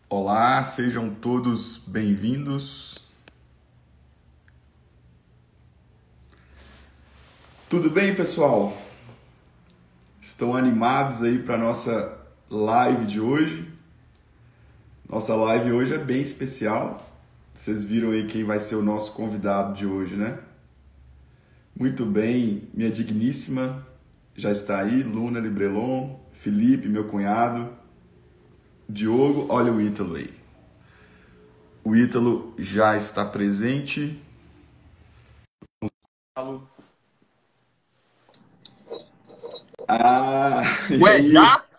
Olá, sejam todos bem-vindos. Tudo bem, pessoal? Estão animados aí para nossa live de hoje? Nossa live hoje é bem especial. Vocês viram aí quem vai ser o nosso convidado de hoje, né? Muito bem, minha digníssima já está aí, Luna Librelon, Felipe, meu cunhado, Diogo, olha o Ítalo aí. O Ítalo já está presente. Ah, e Ué, aí? já?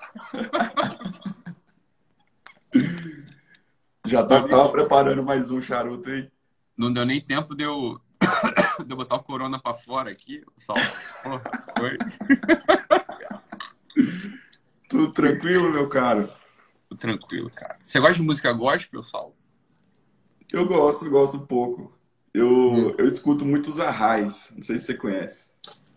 Já Meu tava amigo, preparando mais um charuto aí. não deu nem tempo de eu botar o corona pra fora aqui, Saulo. Porra, foi Tudo tranquilo, meu caro? tudo tranquilo, cara. Você gosta de música gospel, Saulo? Eu gosto um pouco. Hum. Eu escuto muitos Arrais, não sei se você conhece.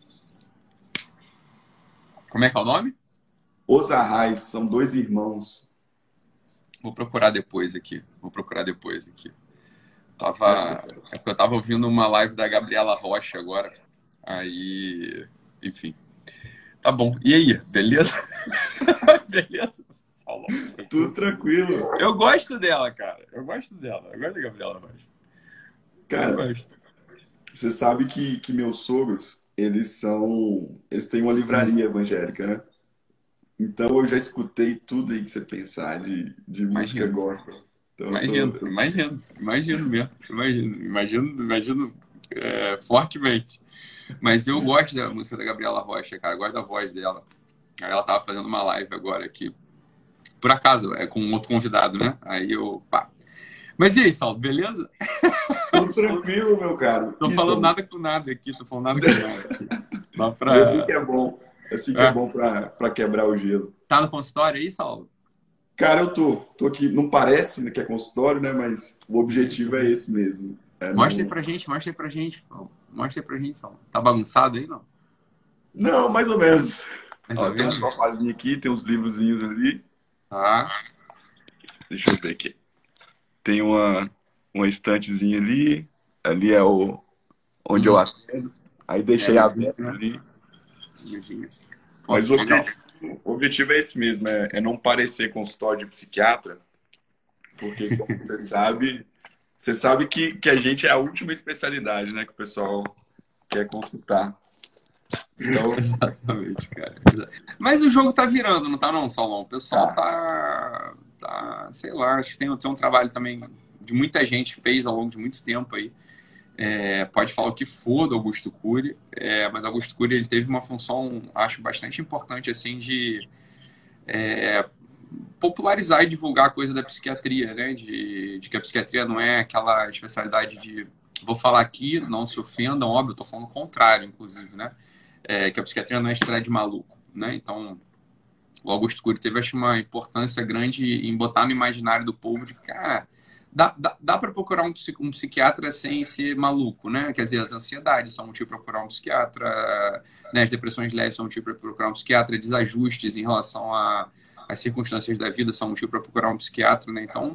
Como é que é o nome? Os Arrais são dois irmãos. Vou procurar depois aqui. Vou procurar depois aqui. É, É porque eu tava ouvindo uma live da Gabriela Rocha agora. Aí, enfim. Tá bom. E aí, beleza? Beleza? Saulo, tudo tranquilo. tranquilo. Eu gosto dela, cara. Eu gosto dela. Eu gosto da Gabriela Rocha. Eu Cara, gosto. você sabe que meus sogros, eles têm uma Hum. livraria evangélica, né? Então eu já escutei tudo aí que você pensar de música Imagino. gospel. Então Imagino, eu imagino, mesmo. Imagino fortemente. Mas eu gosto da música da Gabriela Rocha, cara. Eu gosto da voz dela. Aí ela tava fazendo uma live agora aqui. Por acaso, é com um outro convidado, né? Aí eu, pá. Mas e aí, Saulo, beleza? tudo tranquilo, meu caro. Tô falando Ítalo, nada com nada aqui, tô falando nada com nada aqui. Dá e assim pra. que é bom. Assim que é É. bom pra quebrar o gelo. Tá no consultório aí, Saulo? Cara, tô aqui, não parece que é consultório, né? Mas o objetivo é esse mesmo. É Mostra aí não, pra gente, mostra aí pra gente. Saulo. Mostra aí pra gente, Saulo. Tá bagunçado aí, não? não, mais ou menos. Mais Ó, ou tem um menos? sofazinho aqui, tem uns livrozinhos ali. Tá. Deixa eu ver aqui. Tem uma estantezinha ali. Ali é onde eu Uhum. atendo. Aí É a deixei mesinha, aberto né? ali. Mesinha. Pô, Mas que legal. o objetivo é esse mesmo, é não parecer consultório de psiquiatra, porque como você sabe que a gente é a última especialidade, né, que o pessoal quer consultar. Então, Exatamente, cara. Mas o jogo tá virando, não tá não, Salão? O pessoal tá. tá, sei lá, acho que tem um trabalho também de muita gente fez ao longo de muito tempo aí. Pode falar o que for do Augusto Cury, mas Augusto Cury ele teve uma função, acho, bastante importante assim de popularizar e divulgar a coisa da psiquiatria, né? De que a psiquiatria não é aquela especialidade de vou falar aqui, não se ofendam, óbvio, eu tô falando o contrário, inclusive, né? Que a psiquiatria não é estrada de maluco, né? Então, o Augusto Cury teve, acho, uma importância grande em botar no imaginário do povo de que, cara, dá para procurar um psiquiatra sem ser maluco, né? Quer dizer, as ansiedades são motivo para procurar um psiquiatra, né? As depressões leves são motivo para procurar um psiquiatra, desajustes em relação às circunstâncias da vida são motivo para procurar um psiquiatra, né? Então,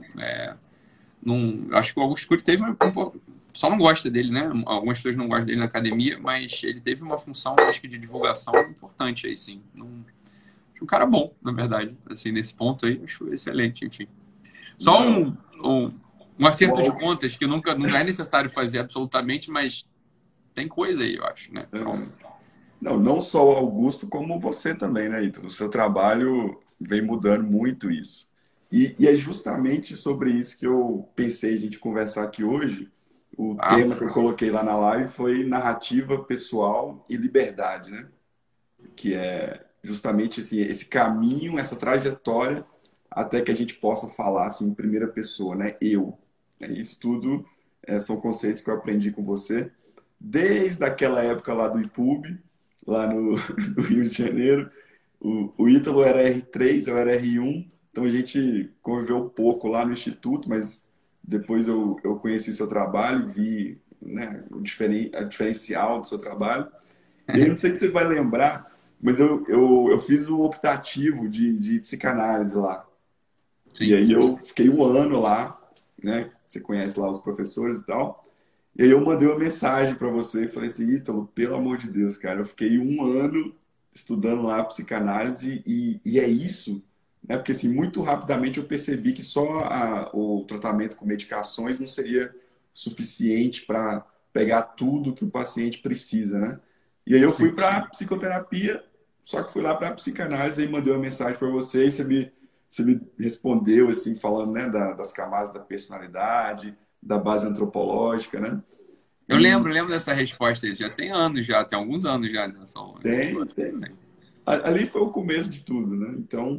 não, acho que o Augusto Cury teve só não gosta dele, né? Algumas pessoas não gostam dele na academia, mas ele teve uma função, acho que de divulgação importante aí, sim. Acho um cara bom, na verdade. Assim, nesse ponto aí, acho excelente, enfim. Só Não, um acerto de o, contas que nunca não é necessário fazer absolutamente, mas tem coisa aí, eu acho, né? Então, não só o Augusto, como você também, né, Ítalo? O seu trabalho vem mudando muito isso. E é justamente sobre isso que eu pensei a gente conversar aqui hoje. O tá? tema que eu coloquei lá na live foi narrativa pessoal e liberdade, né? Que é justamente esse caminho, essa trajetória até que a gente possa falar assim em primeira pessoa, né? Eu. Isso tudo são conceitos que eu aprendi com você desde aquela época lá do IPUB, lá no, no Rio de Janeiro. O Ítalo era R3, eu era R1, então a gente conviveu pouco lá no Instituto, mas depois eu conheci seu trabalho, vi, né, a diferencial do seu trabalho. E aí, não sei se você vai lembrar, mas eu fiz o optativo de psicanálise lá. E sim. aí eu fiquei um ano lá, né? Você conhece lá os professores e tal. E aí eu mandei uma mensagem para você e falei assim, Ítalo, pelo amor de Deus, cara, eu fiquei um ano estudando lá psicanálise e é isso, né? Porque assim, muito rapidamente eu percebi que só o tratamento com medicações não seria suficiente para pegar tudo que o paciente precisa, né? E aí eu Sim. fui para psicoterapia, só que fui lá para psicanálise e mandei uma mensagem para você e você me respondeu assim, falando, né, das camadas da personalidade, da base antropológica, né? Eu E lembro dessa resposta aí. Já tem anos já, tem alguns anos já nessa tem, situação. tem. Tem. Ali foi o começo de tudo, né? Então,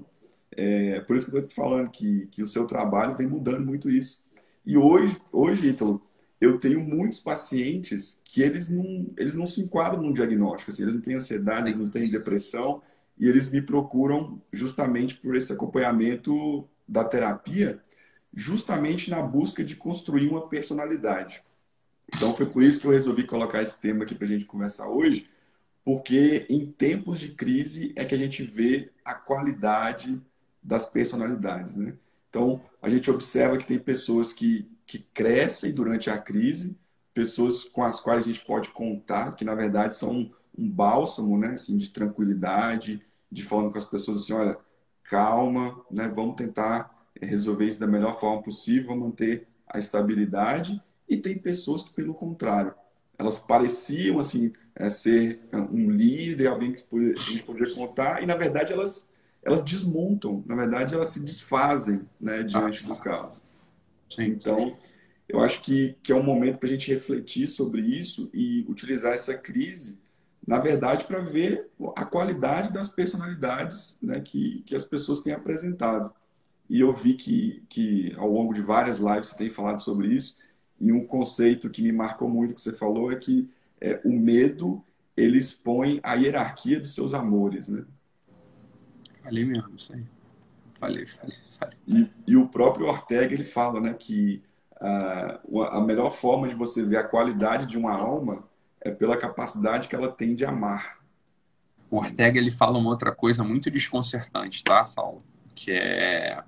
por isso que eu estou te falando que o seu trabalho vem mudando muito isso. E hoje, Ítalo, eu tenho muitos pacientes que eles não se enquadram num diagnóstico, assim, eles não têm ansiedade, eles Sim. não têm depressão, e eles me procuram justamente por esse acompanhamento da terapia, justamente na busca de construir uma personalidade. Então, foi por isso que eu resolvi colocar esse tema aqui para a gente conversar hoje, porque em tempos de crise é que a gente vê a qualidade das personalidades, né? Então, a gente observa que tem pessoas que crescem durante a crise, pessoas com as quais a gente pode contar, que na verdade são um bálsamo, né? Assim, de tranquilidade, de falando com as pessoas assim, olha, calma, né? Vamos tentar resolver isso da melhor forma possível, manter a estabilidade. E tem pessoas que, pelo contrário, elas pareciam assim ser um líder, alguém que a gente podia contar, e na verdade elas desmontam, na verdade elas se desfazem, né, Ah, diante do sim. caos. Sim. Então, eu acho que é um momento para a gente refletir sobre isso e utilizar essa crise, na verdade, para ver a qualidade das personalidades, né, que as pessoas têm apresentado. E eu vi que ao longo de várias lives você tem falado sobre isso, e um conceito que me marcou muito que você falou é que o medo ele expõe a hierarquia dos seus amores, né? Falei mesmo, isso aí. Falei. E o próprio Ortega ele fala, né, que a melhor forma de você ver a qualidade de uma alma é pela capacidade que ela tem de amar. O Ortega, ele fala uma outra coisa muito desconcertante, tá, Saulo? Que é...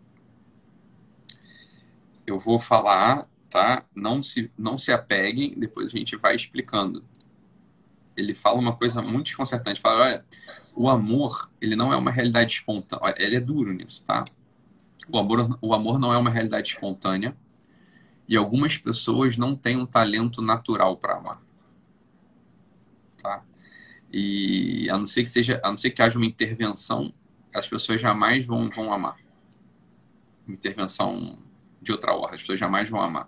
Eu vou falar, tá? Não se apeguem, depois a gente vai explicando. Ele fala uma coisa muito desconcertante. Fala, olha, o amor, ele não é uma realidade espontânea. Olha, ele é duro nisso, tá? O amor não é uma realidade espontânea e algumas pessoas não têm um talento natural para amar, tá? E a não ser que haja uma intervenção, as pessoas jamais vão amar. Uma intervenção de outra ordem, as pessoas jamais vão amar.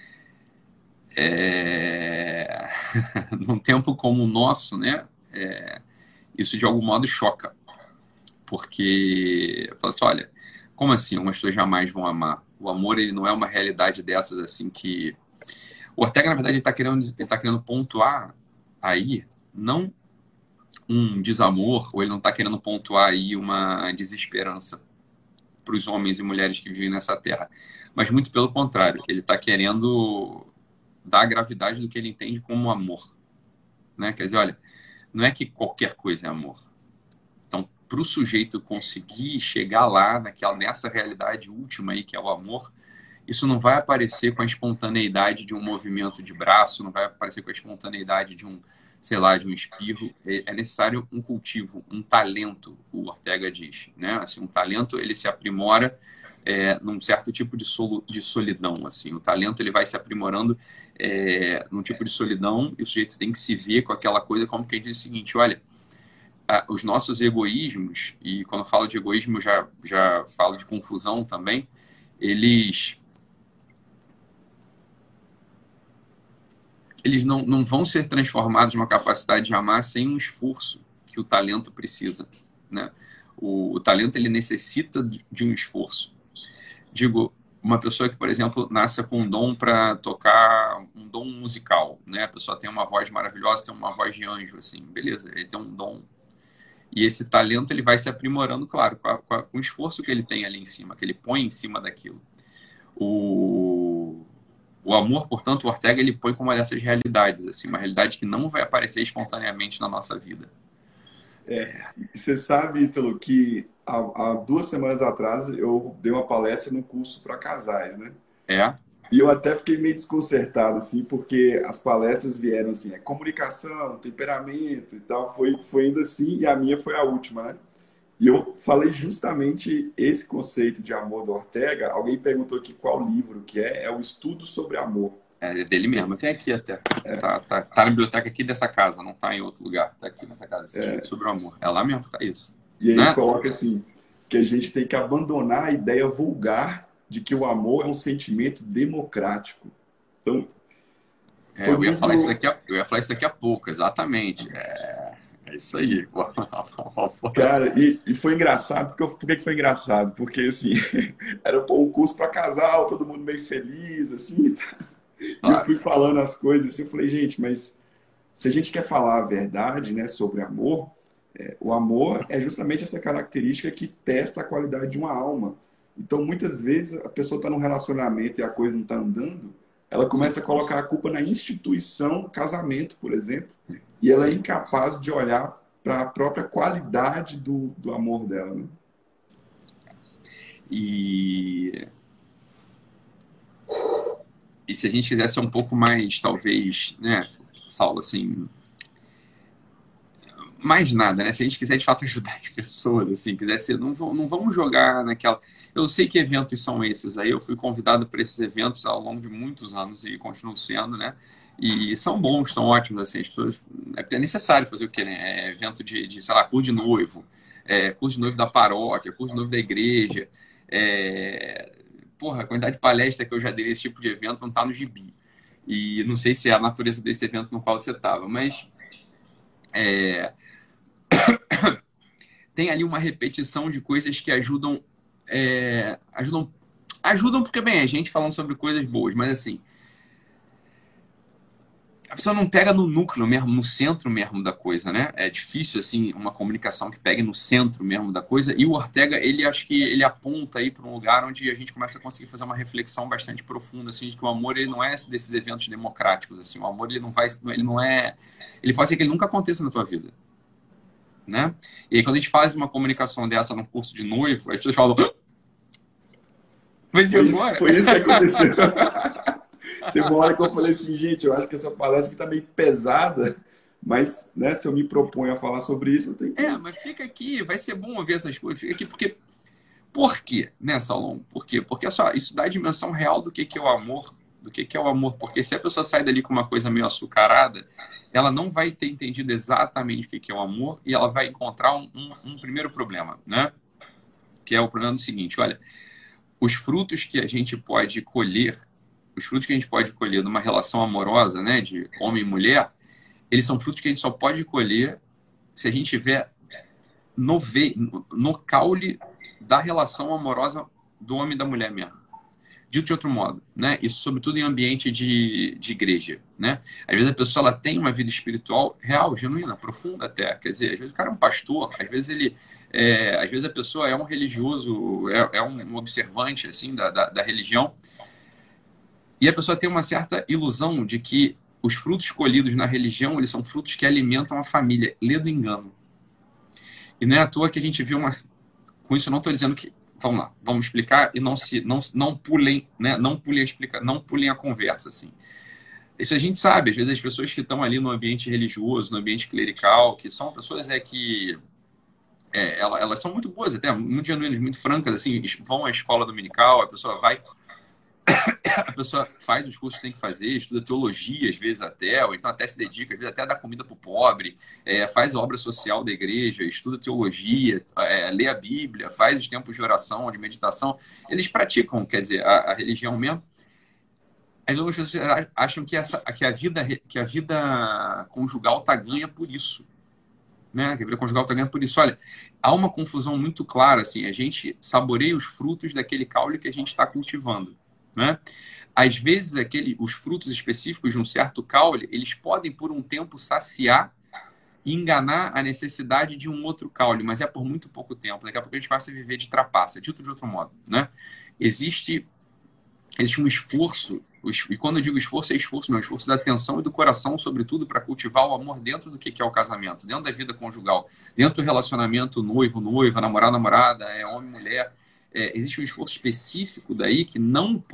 É... Num tempo como o nosso, né? Isso de algum modo choca, porque fala assim, olha, como assim? Umas pessoas jamais vão amar. O amor ele não é uma realidade dessas assim que o Ortega na verdade ele tá querendo pontuar aí não um desamor ou ele não está querendo pontuar aí uma desesperança para os homens e mulheres que vivem nessa terra, mas muito pelo contrário, ele está querendo dar a gravidade do que ele entende como amor, né? Quer dizer, olha, não é que qualquer coisa é amor. Então, para o sujeito conseguir chegar lá nessa realidade última aí que é o amor, isso não vai aparecer com a espontaneidade de um movimento de braço, não vai aparecer com a espontaneidade de um, sei lá, de um espirro. É necessário um cultivo, um talento, o Ortega diz, né? Assim, um talento ele se aprimora num certo tipo de solidão, assim. O talento ele vai se aprimorando num tipo de solidão e o sujeito tem que se ver com aquela coisa como que ele diz o seguinte, olha, os nossos egoísmos, e quando eu falo de egoísmo eu já falo de confusão também, eles não vão ser transformados numa capacidade de amar sem um esforço que o talento precisa, né? O talento ele necessita de um esforço. Digo, uma pessoa que, por exemplo, nasce com um dom para tocar, um dom musical, né? A pessoa tem uma voz maravilhosa, tem uma voz de anjo, assim, beleza, ele tem um dom. E esse talento ele vai se aprimorando, claro, com o esforço que ele tem ali em cima, que ele põe em cima daquilo. O, o amor, portanto, o Ortega ele põe como uma dessas realidades, assim, uma realidade que não vai aparecer espontaneamente na nossa vida. E você sabe, Ítalo, que há 2 semanas atrás eu dei uma palestra no curso para casais, né? É? E eu até fiquei meio desconcertado, assim, porque as palestras vieram assim, comunicação, temperamento e tal, foi indo assim, e a minha foi a última, né? E eu falei justamente esse conceito de amor do Ortega. Alguém perguntou aqui qual livro que é o Estudo sobre Amor. É dele mesmo. Tem aqui até. Tá na biblioteca aqui dessa casa, não tá em outro lugar. Tá aqui nessa casa, esse estudo sobre o amor. É lá mesmo que tá isso. E aí Né? coloca assim, que a gente tem que abandonar a ideia vulgar de que o amor é um sentimento democrático. Então, foi Eu ia muito. falar isso daqui a pouco, exatamente. É isso aí. Cara, e foi engraçado, por que que foi engraçado? Porque, assim, era pô, um curso para casal, todo mundo meio feliz, assim, tá? E eu Claro. fui falando as coisas assim, eu falei, gente, mas se a gente quer falar a verdade, né, sobre amor, o amor é justamente essa característica que testa a qualidade de uma alma. Então, muitas vezes, a pessoa está num relacionamento e a coisa não está andando, ela Sim, começa a colocar a culpa na instituição casamento, por exemplo, e ela é sim. incapaz de olhar para a própria qualidade do amor dela, né? E, e se a gente quisesse ser um pouco mais, talvez, né, Saulo, assim, mais nada, né? Se a gente quiser de fato ajudar as pessoas, assim, quiser ser, não vamos jogar naquela. Eu sei que eventos são esses aí, eu fui convidado para esses eventos ao longo de muitos anos e continuo sendo, né? E são bons, são ótimos, assim, as pessoas. É necessário fazer o quê, né? Evento sei lá, curso de noivo, curso de noivo da paróquia, curso de noivo da igreja. Porra, a quantidade de palestra que eu já dei nesse tipo de evento não tá no gibi. E não sei se é a natureza desse evento no qual você estava, mas tem ali uma repetição de coisas que ajudam, ajudam porque, bem, a gente falando sobre coisas boas, mas assim, a pessoa não pega no núcleo mesmo, no centro mesmo da coisa, né? É difícil, assim, uma comunicação que pegue no centro mesmo da coisa, e o Ortega, ele acho que ele aponta aí para um lugar onde a gente começa a conseguir fazer uma reflexão bastante profunda, assim, de que o amor, ele não é desses eventos democráticos, assim, o amor, ele não é, ele pode ser que ele nunca aconteça na tua vida, né? E aí, quando a gente faz uma comunicação dessa num curso de noivo, as pessoas falam, mas e agora? Foi isso que aconteceu. Teve uma hora que eu falei assim, gente, eu acho que essa palestra aqui tá meio pesada, mas, né, se eu me proponho a falar sobre isso, eu tenho que... Mas fica aqui, vai ser bom ouvir essas coisas, fica aqui, porque... Por quê, né, Salom? Por quê? Porque só, isso dá a dimensão real do que é o amor, do que é o amor, porque se a pessoa sai dali com uma coisa meio açucarada, ela não vai ter entendido exatamente o que é o amor e ela vai encontrar um primeiro problema, né? Que é o problema do seguinte, olha, os frutos que a gente pode colher, os frutos que a gente pode colher numa relação amorosa, né, de homem e mulher, eles são frutos que a gente só pode colher se a gente tiver no caule da relação amorosa do homem e da mulher mesmo. Dito de outro modo, né? Isso sobretudo em ambiente de igreja, né? Às vezes a pessoa ela tem uma vida espiritual real, genuína, profunda até. Quer dizer, às vezes o cara é um pastor, às vezes às vezes a pessoa é um religioso, é um observante assim da religião, e a pessoa tem uma certa ilusão de que os frutos colhidos na religião eles são frutos que alimentam a família. Lê do engano. E não é à toa que a gente viu uma. Com isso, eu não estou dizendo que. Vamos lá, vamos explicar e não pulem, né? Não pulem a conversa, assim. Isso a gente sabe, às vezes as pessoas que estão ali no ambiente religioso, no ambiente clerical, que são pessoas que elas são muito boas, até muito genuínas, muito francas, assim, vão à escola dominical, a pessoa faz os cursos que tem que fazer, estuda teologia às vezes até, ou então até se dedica, às vezes até dá comida para o pobre, faz a obra social da igreja, estuda teologia, lê a Bíblia, faz os tempos de oração, de meditação. Eles praticam, quer dizer, a religião mesmo. As outras pessoas acham que a vida conjugal está ganha por isso. Né? Que a vida conjugal está ganha por isso. Olha, há uma confusão muito clara, assim, a gente saboreia os frutos daquele caule que a gente está cultivando. Né? Às vezes, os frutos específicos de um certo caule, eles podem, por um tempo, saciar e enganar a necessidade de um outro caule, mas é por muito pouco tempo. Daqui a pouco a gente passa a viver de trapaça, dito de outro modo. Né? Existe existe um esforço, e quando eu digo esforço, é esforço meu, esforço da atenção e do coração, sobretudo, para cultivar o amor dentro do que é o casamento, dentro da vida conjugal, dentro do relacionamento noivo-noiva, namorado-namorada, homem-mulher. Existe um esforço específico daí que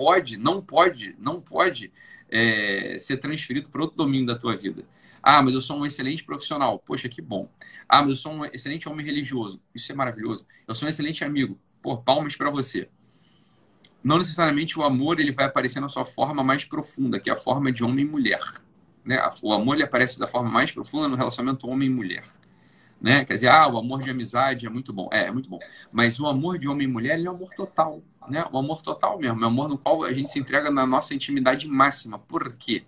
não pode ser transferido para outro domínio da tua vida. Ah, mas eu sou um excelente profissional. Poxa, que bom. Ah, mas eu sou um excelente homem religioso. Isso é maravilhoso. Eu sou um excelente amigo. Pô, palmas para você. Não necessariamente o amor ele vai aparecer na sua forma mais profunda, que é a forma de homem e mulher. Né? O amor ele aparece da forma mais profunda no relacionamento homem e mulher. Né? Quer dizer, o amor de amizade é muito bom. É muito bom. Mas o amor de homem e mulher ele é um amor total. Né? O amor total mesmo. É um amor no qual a gente se entrega na nossa intimidade máxima. Por quê?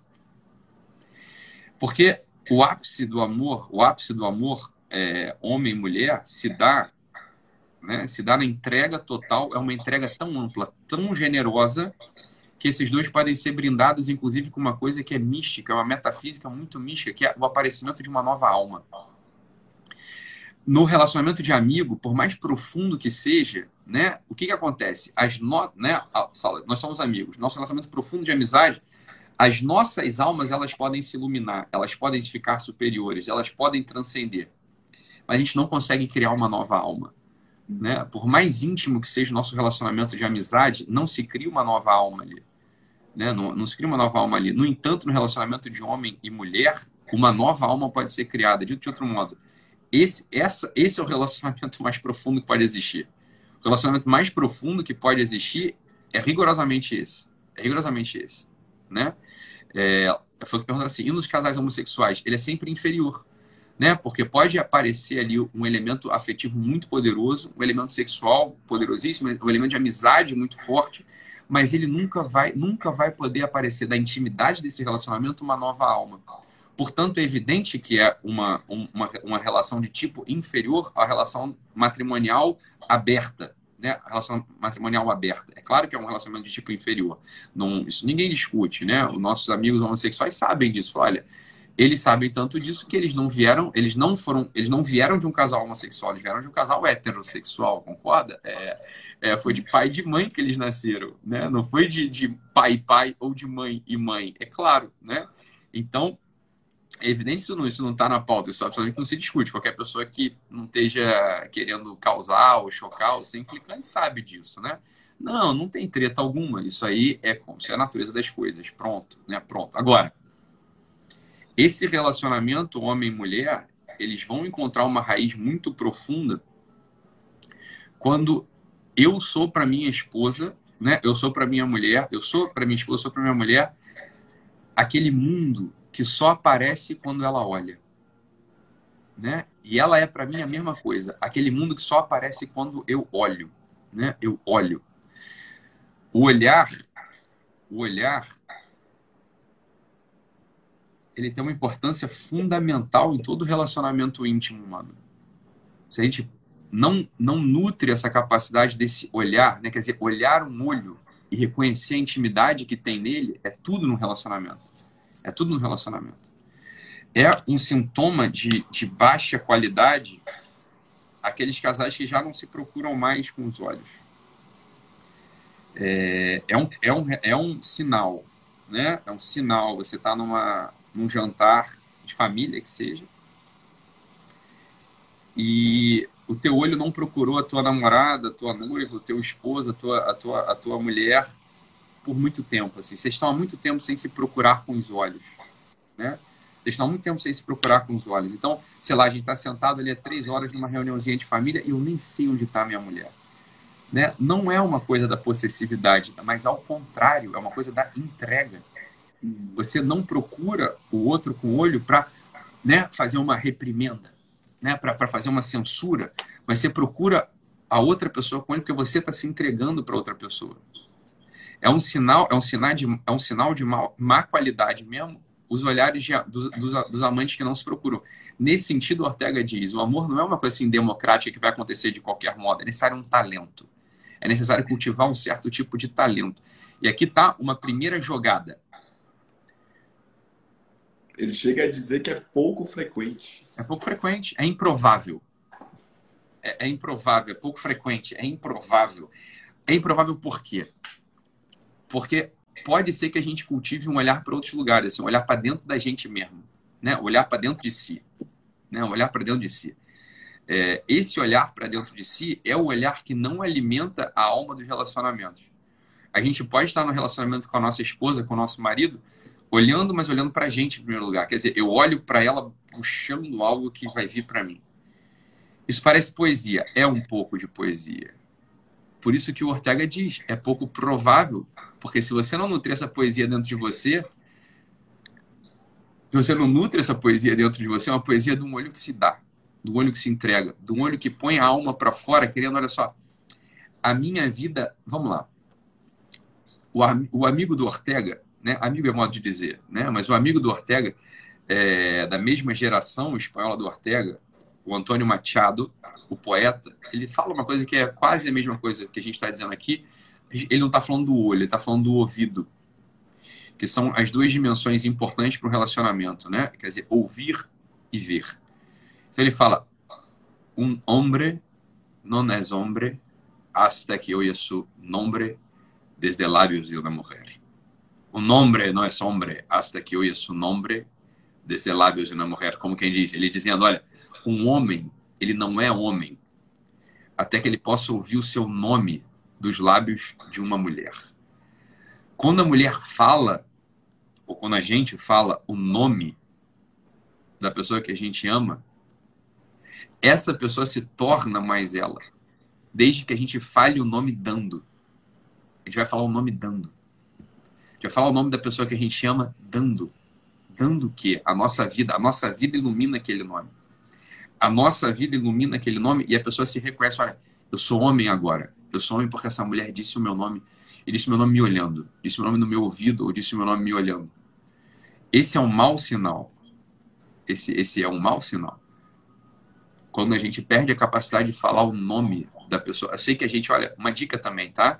Porque o ápice do amor, homem e mulher, se dá, né? Se dá na entrega total, é uma entrega tão ampla, tão generosa, que esses dois podem ser brindados, inclusive, com uma coisa que é mística, uma metafísica muito mística, que é o aparecimento de uma nova alma. No relacionamento de amigo, por mais profundo que seja, né, o que acontece? Nós somos amigos. Nosso relacionamento profundo de amizade, as nossas almas elas podem se iluminar, elas podem ficar superiores, elas podem transcender. Mas a gente não consegue criar uma nova alma. Né? Por mais íntimo que seja o nosso relacionamento de amizade, não se cria uma nova alma ali. Né? Não se cria uma nova alma ali. No entanto, no relacionamento de homem e mulher, uma nova alma pode ser criada. Dito de outro modo, esse é o relacionamento mais profundo que pode existir. O relacionamento mais profundo que pode existir é rigorosamente esse. É rigorosamente esse. Né? Foi o que perguntaram assim, e nos casais homossexuais? Ele é sempre inferior. Né? Porque pode aparecer ali um elemento afetivo muito poderoso, um elemento sexual poderosíssimo, um elemento de amizade muito forte, mas ele nunca vai poder aparecer da intimidade desse relacionamento uma nova alma. Portanto, é evidente que é uma relação de tipo inferior à relação matrimonial aberta. Né? A relação matrimonial aberta. É claro que é um relacionamento de tipo inferior. Não, isso ninguém discute. Né? Os nossos amigos homossexuais sabem disso. Olha, eles sabem tanto disso que eles não vieram de um casal homossexual, eles vieram de um casal heterossexual, concorda? Foi de pai e de mãe que eles nasceram, né? Não foi de pai e pai ou de mãe e mãe, é claro, né? Então, é evidente que isso não está na pauta, isso absolutamente não se discute. Qualquer pessoa que não esteja querendo causar ou chocar ou ser implicante sabe disso, né? Não tem treta alguma, isso aí isso é a natureza das coisas, pronto, né? Pronto. Agora, esse relacionamento homem e mulher, eles vão encontrar uma raiz muito profunda quando eu sou para minha esposa, né? Eu sou para minha mulher, eu sou para minha esposa, eu sou para minha mulher, aquele mundo que só aparece quando ela olha, né? E ela é para mim a mesma coisa, aquele mundo que só aparece quando eu olho, né? Eu olho. O olhar, ele tem uma importância fundamental em todo relacionamento íntimo humano. Se a gente não nutre essa capacidade desse olhar, né? Quer dizer, olhar um olho e reconhecer a intimidade que tem nele, é tudo no relacionamento. É tudo no relacionamento. É um sintoma de baixa qualidade aqueles casais que já não se procuram mais com os olhos. É um sinal, né? É um sinal. Você está num jantar de família, que seja, e o teu olho não procurou a tua namorada, a tua noiva, o teu esposo, a tua mulher por muito tempo. Assim. Vocês estão há muito tempo sem se procurar com os olhos. Né? Vocês estão há muito tempo sem se procurar com os olhos. Então, sei lá, a gente está sentado ali há 3 horas numa reuniãozinha de família e eu nem sei onde está a minha mulher. Né? Não é uma coisa da possessividade, mas ao contrário, é uma coisa da entrega. Você não procura o outro com o olho para, né, fazer uma reprimenda, né, para fazer uma censura, mas você procura a outra pessoa com ele porque você está se entregando para outra pessoa. É um sinal de má qualidade mesmo, os olhares dos amantes que não se procuram. Nesse sentido, Ortega diz, o amor não é uma coisa assim democrática que vai acontecer de qualquer modo, é necessário um talento. É necessário cultivar um certo tipo de talento. E aqui está uma primeira jogada. Ele chega a dizer que é pouco frequente. É pouco frequente, é improvável. É improvável, é pouco frequente, é improvável. É improvável por quê? Porque pode ser que a gente cultive um olhar para outros lugares, assim, um olhar para dentro da gente mesmo, né? Olhar para dentro de si, né? Olhar para dentro de si. Esse olhar para dentro de si é o olhar que não alimenta a alma dos relacionamentos. A gente pode estar no relacionamento com a nossa esposa, com o nosso marido, olhando, mas olhando para a gente em primeiro lugar. Quer dizer, eu olho para ela puxando algo que vai vir para mim. Isso parece poesia, é um pouco de poesia. Por isso que o Ortega diz, é pouco provável, porque se você não nutrir essa poesia dentro de você, se você não nutre essa poesia dentro de você, é uma poesia de um olho que se dá, do olho que se entrega, de um olho que põe a alma para fora, querendo, olha só, a minha vida, vamos lá, o amigo do Ortega, né? Amigo é modo de dizer, né? Mas o amigo do Ortega, da mesma geração espanhola do Ortega, o Antônio Machado, o poeta, ele fala uma coisa que é quase a mesma coisa que a gente está dizendo aqui. Ele não está falando do olho, ele está falando do ouvido, que são as duas dimensões importantes para o relacionamento, né? Quer dizer, ouvir e ver. Então ele fala, um hombre não é hombre hasta que oye su nombre desde labios de uma mulher. Um hombre não é hombre hasta que oye su nombre desde labios de uma mulher. Como quem diz? Ele dizendo, olha, um homem, ele não é homem até que ele possa ouvir o seu nome dos lábios de uma mulher. Quando a mulher fala, ou quando a gente fala o nome da pessoa que a gente ama, essa pessoa se torna mais ela. Desde que a gente fale o nome dando. A gente vai falar o nome dando. A gente vai falar o nome da pessoa que a gente ama dando. Dando o quê? A nossa vida. A nossa vida ilumina aquele nome. A nossa vida ilumina aquele nome e a pessoa se reconhece, olha, eu sou homem agora. Eu sou homem porque essa mulher disse o meu nome. E disse o meu nome me olhando. Disse o meu nome no meu ouvido ou disse o meu nome me olhando. Esse é um mau sinal. Esse é um mau sinal. Quando a gente perde a capacidade de falar o nome da pessoa. Eu sei que a gente, olha, uma dica também, tá?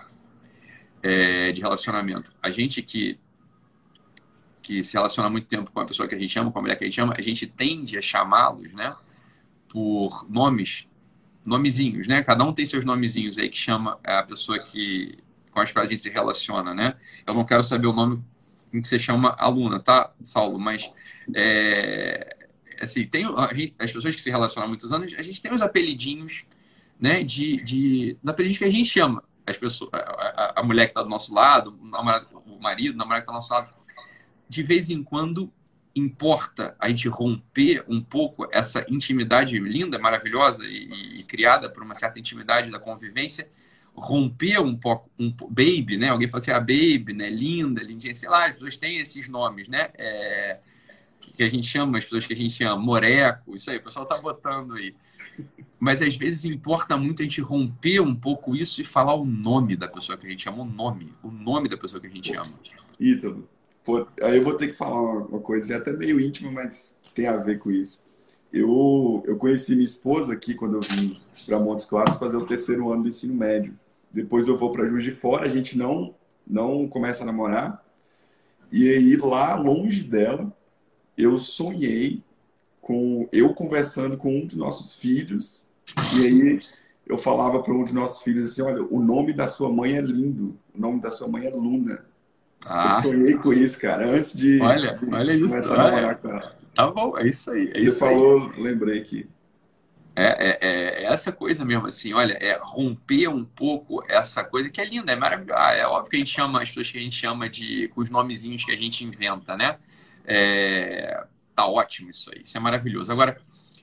De relacionamento. A gente que se relaciona há muito tempo com a pessoa que a gente ama, com a mulher que a gente ama, a gente tende a chamá-los, né? Por nomezinhos, né? Cada um tem seus nomezinhos aí que chama a pessoa com as quais a gente se relaciona, né? Eu não quero saber o nome com que você chama a Luna, tá, Saulo? Mas, assim, as pessoas que se relacionam há muitos anos, a gente tem os apelidinhos, né? Apelidinhos que a gente chama as pessoas, a mulher que está do nosso lado, o marido, a namorada que está do nosso lado. De vez em quando, importa a gente romper um pouco essa intimidade linda, maravilhosa e criada por uma certa intimidade da convivência, romper um pouco, baby, né? Alguém fala que é a baby, né? Linda, lindinha, sei lá, as pessoas têm esses nomes, né? Que a gente chama, as pessoas que a gente chama, moreco, isso aí, o pessoal tá botando aí. Mas às vezes importa muito a gente romper um pouco isso e falar o nome da pessoa que a gente ama, o nome da pessoa que a gente ama. Ítalo, aí eu vou ter que falar uma coisa, é até meio íntima, mas tem a ver com isso. Eu conheci minha esposa aqui quando eu vim para Montes Claros fazer o terceiro ano do ensino médio. Depois eu vou para Juiz de Fora, a gente não começa a namorar. E aí lá, longe dela, eu sonhei com eu conversando com um dos nossos filhos. E aí eu falava para um dos nossos filhos assim, olha, o nome da sua mãe é lindo, o nome da sua mãe é Luna. Eu sonhei com isso, cara, antes de isso, começar a namorar com ela. Tá bom, é isso aí. Você falou, lembrei aqui. É essa coisa mesmo, assim, olha, romper um pouco essa coisa que é linda, é maravilhosa. É óbvio que a gente chama as pessoas que a gente chama com os nomezinhos que a gente inventa, né? Tá ótimo isso aí, isso é maravilhoso. Agora,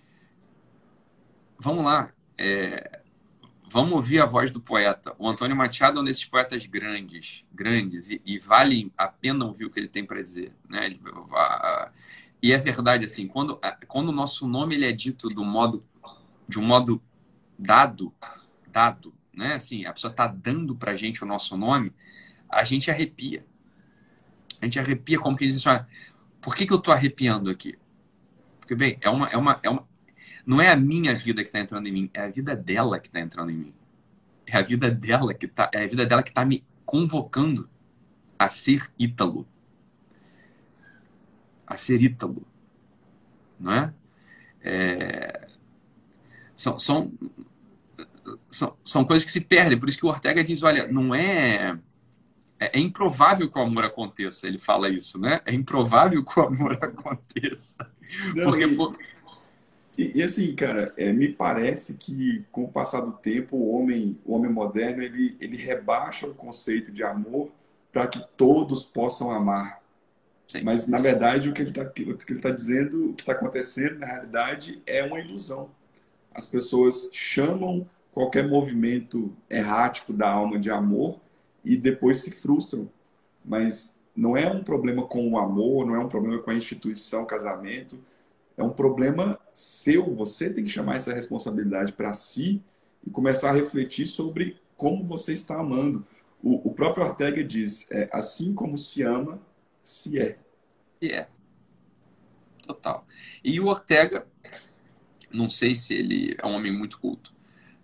vamos lá, vamos ouvir a voz do poeta. O Antônio Machado é um desses poetas grandes, e vale a pena ouvir o que ele tem para dizer, né? E é verdade, assim, quando o nosso nome ele é dito de um modo dado, né? Assim, a pessoa está dando para a gente o nosso nome, a gente arrepia. A gente arrepia como que diz assim, olha, por que eu estou arrepiando aqui? Porque, bem, não é a minha vida que está entrando em mim, é a vida dela que está entrando em mim. É a vida dela que está me convocando a ser Ítalo. A ser Ítalo. Não é? São coisas que se perdem. Por isso que o Ortega diz, olha, não é É improvável que o amor aconteça. Ele fala isso, né? É improvável que o amor aconteça. Não, Porque, pô, e assim, cara, me parece que com o passar do tempo, o homem moderno, ele rebaixa o conceito de amor para que todos possam amar. sim, Mas, na verdade, o que ele tá dizendo, o que está acontecendo, na realidade, é uma ilusão. As pessoas chamam qualquer movimento errático da alma de amor e depois se frustram. Mas não é um problema com o amor, não é um problema com a instituição casamento, é um problema seu. Você tem que chamar essa responsabilidade para si e começar a refletir sobre como você está amando. O próprio Ortega diz, assim como se ama, se é. é, total. E o Ortega, não sei se ele é um homem muito culto.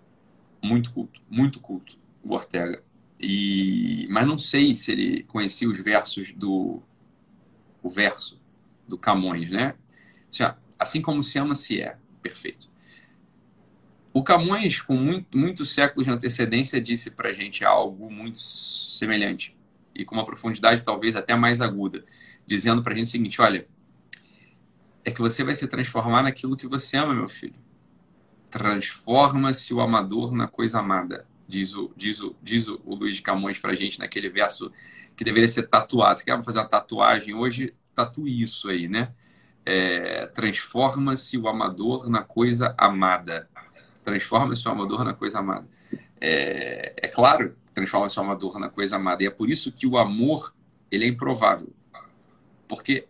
Muito culto, o Ortega. Mas não sei se ele conhecia os versos o verso do Camões, né? Assim como se ama, se é. Perfeito. O Camões, com muitos séculos de antecedência, disse pra gente algo muito semelhante e com uma profundidade talvez até mais aguda, dizendo pra gente o seguinte: olha, é que você vai se transformar naquilo que você ama, meu filho. Transforma-se o amador na coisa amada, diz o Luiz de Camões pra gente naquele verso que deveria ser tatuado. Você quer fazer uma tatuagem hoje? Tatue isso aí, né? Transforma-se o amador na coisa amada. Transforma-se o amador na coisa amada. Claro, transforma-se o amador na coisa amada. E é por isso que o amor, ele é improvável. Porque,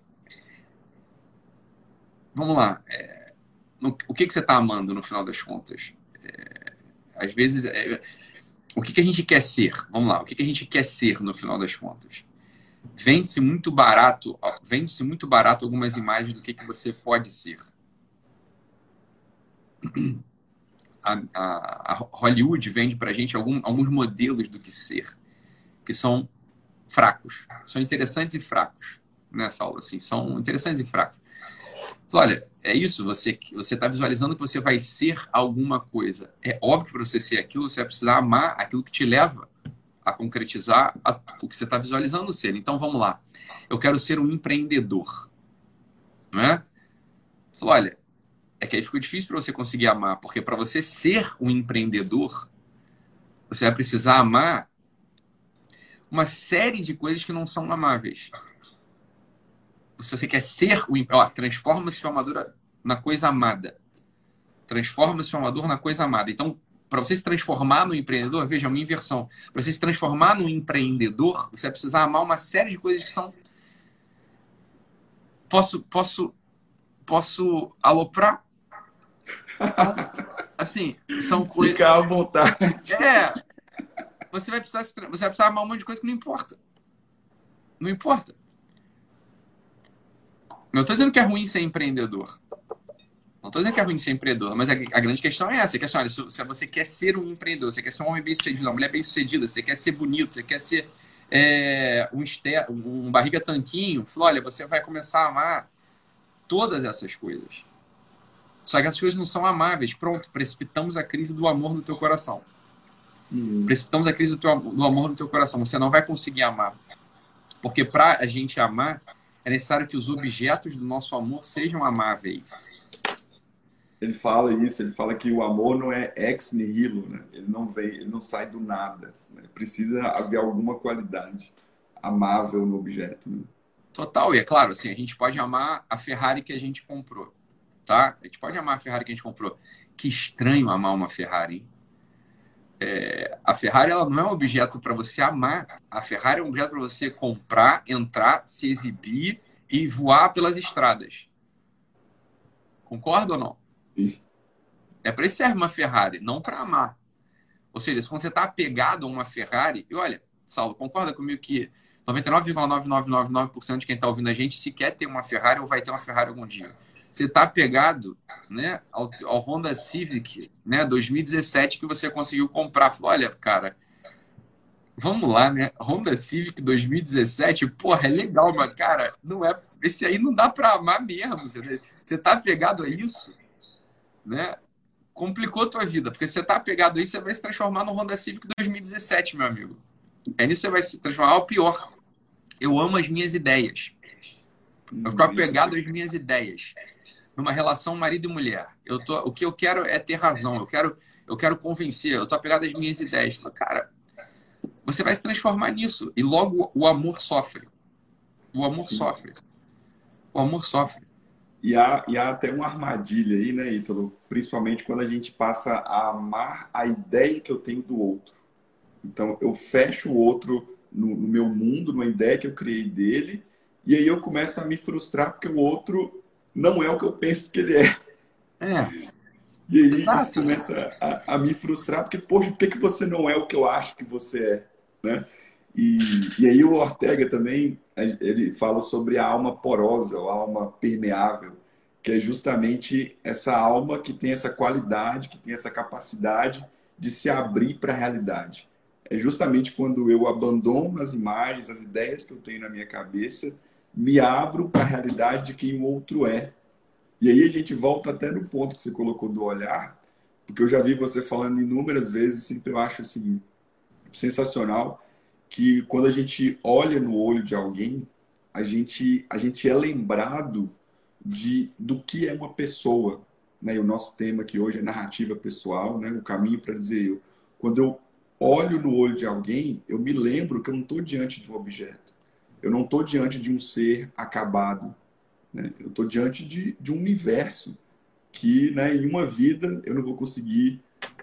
vamos lá, o que você está amando no final das contas? Às vezes, o que a gente quer ser? Vamos lá, o que a gente quer ser no final das contas? Vende-se muito barato algumas imagens do que você pode ser. A Hollywood vende pra gente alguns modelos do que ser, que são fracos. São interessantes e fracos. Nessa aula, assim, são interessantes e fracos. Olha, é isso, você está visualizando que você vai ser alguma coisa. É óbvio que para você ser aquilo, você vai precisar amar aquilo que te leva a concretizar o que você está visualizando ser. Então, vamos lá. Eu quero ser um empreendedor. Não é? Olha, é que aí ficou difícil para você conseguir amar, porque para você ser um empreendedor, você vai precisar amar uma série de coisas que não são amáveis. Se você quer ser transforma-se o amador na coisa amada. Transforma-se o amador na coisa amada. Então, para você se transformar no empreendedor, veja, uma inversão. Para você se transformar no empreendedor, você vai precisar amar uma série de coisas que são... Posso aloprar? Então, assim, são coisas... Fica à vontade. Você vai precisar amar um monte de coisa que não importa. Não importa. Não estou dizendo que é ruim ser empreendedor. Não estou dizendo que é ruim ser empreendedor, mas a grande questão é essa. Olha, se você quer ser um empreendedor, você quer ser um homem bem-sucedido, uma mulher bem-sucedida, você quer ser bonito, você quer ser um barriga tanquinho, olha, você vai começar a amar todas essas coisas. Só que essas coisas não são amáveis. Pronto, precipitamos a crise do amor no teu coração. Precipitamos a crise do amor no teu coração. Você não vai conseguir amar. Porque para a gente amar, é necessário que os objetos do nosso amor sejam amáveis. Ele fala isso, ele fala que o amor não é ex nihilo, né? Ele não sai do nada, né? Precisa haver alguma qualidade amável no objeto, né? Total, e é claro, assim, a gente pode amar a Ferrari que a gente comprou, tá? A gente pode amar a Ferrari que a gente comprou. Que estranho amar uma Ferrari, hein? A Ferrari, ela não é um objeto para você amar. A Ferrari é um objeto para você comprar, entrar, se exibir e voar pelas estradas. Concorda ou não? Sim. É para isso que serve uma Ferrari, não para amar. Ou seja, quando você está apegado a uma Ferrari... E olha, Saulo, concorda comigo que 99,9999% de quem está ouvindo a gente sequer tem uma Ferrari ou vai ter uma Ferrari algum dia. Você está apegado, né, ao Honda Civic, né, 2017 que você conseguiu comprar. Falou, olha, cara, vamos lá, né? Honda Civic 2017, porra, é legal, mas, cara, não é, esse aí não dá para amar mesmo. Você está apegado a isso, né? Complicou a tua vida, porque você está apegado a isso, você vai se transformar no Honda Civic 2017, meu amigo. Aí nisso você vai se transformar. O pior, eu amo as minhas ideias. Eu fico Isso apegado aqui. às minhas ideias. Numa relação marido e mulher. O que eu quero é ter razão. Eu quero convencer. Eu tô apegado às minhas ideias. Falo, cara, você vai se transformar nisso. E logo o amor sofre. O amor Sim. sofre. O amor sofre. E há até uma armadilha aí, né, Ítalo? Principalmente quando a gente passa a amar a ideia que eu tenho do outro. Então, eu fecho o outro no meu mundo, numa ideia que eu criei dele, e aí eu começo a me frustrar porque o outro não é o que eu penso que ele é. É, E aí isso exato. começa a me frustrar porque, poxa, por que que você não é o que eu acho que você é, né? E, e aí o Ortega também, ele fala sobre a alma porosa, ou alma permeável, que é justamente essa alma que tem essa qualidade, que tem essa capacidade de se abrir para a realidade. É justamente quando eu abandono as imagens, as ideias que eu tenho na minha cabeça, me abro para a realidade de quem o outro é. E aí a gente volta até no ponto que você colocou do olhar, porque eu já vi você falando inúmeras vezes, sempre eu acho assim, sensacional, que quando a gente olha no olho de alguém, a gente é lembrado do que é uma pessoa. Né? E o nosso tema aqui hoje é narrativa pessoal, né? O caminho para dizer eu. Quando eu olho no olho de alguém, eu me lembro que eu não estou diante de um objeto. Eu não estou diante de um ser acabado. Né? Eu estou diante de um universo que, né, em uma vida eu não vou conseguir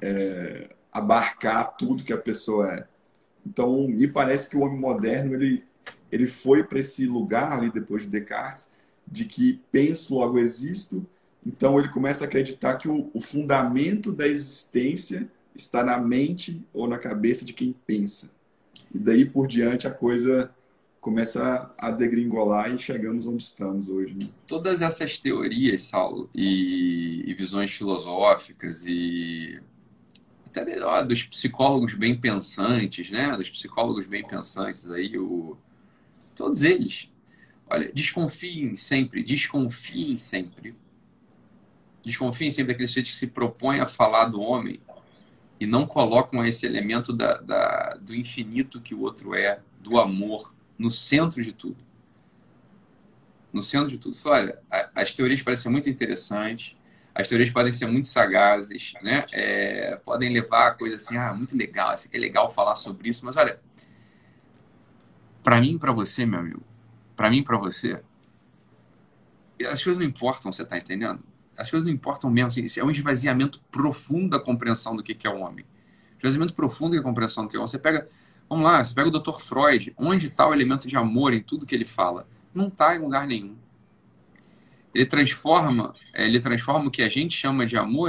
abarcar tudo que a pessoa é. Então, me parece que o homem moderno ele foi para esse lugar ali depois de Descartes, de que penso, logo existo. Então, ele começa a acreditar que o fundamento da existência está na mente ou na cabeça de quem pensa. E daí por diante a coisa começa a degringolar e chegamos onde estamos hoje. Né? Todas essas teorias, Saulo, e visões filosóficas e até dos psicólogos bem pensantes, né? Dos psicólogos bem pensantes aí, todos eles. Olha, desconfiem sempre. Desconfiem sempre daqueles sujeitos que se propõem a falar do homem e não colocam esse elemento do infinito que o outro é, do amor, no centro de tudo. No centro de tudo. Olha, as teorias parecem muito interessantes, as teorias podem ser muito sagazes, né? Podem levar a coisa assim, muito legal, isso aqui é legal falar sobre isso, mas olha, para mim e para você, meu amigo, para mim e para você, as coisas não importam, você tá entendendo? As coisas não importam mesmo, assim, é um esvaziamento profundo da compreensão do que é o homem. Esvaziamento profundo da compreensão do que é o homem. Vamos lá, você pega o Dr. Freud, onde está o elemento de amor em tudo que ele fala? Não está em lugar nenhum. Ele transforma o que a gente chama de amor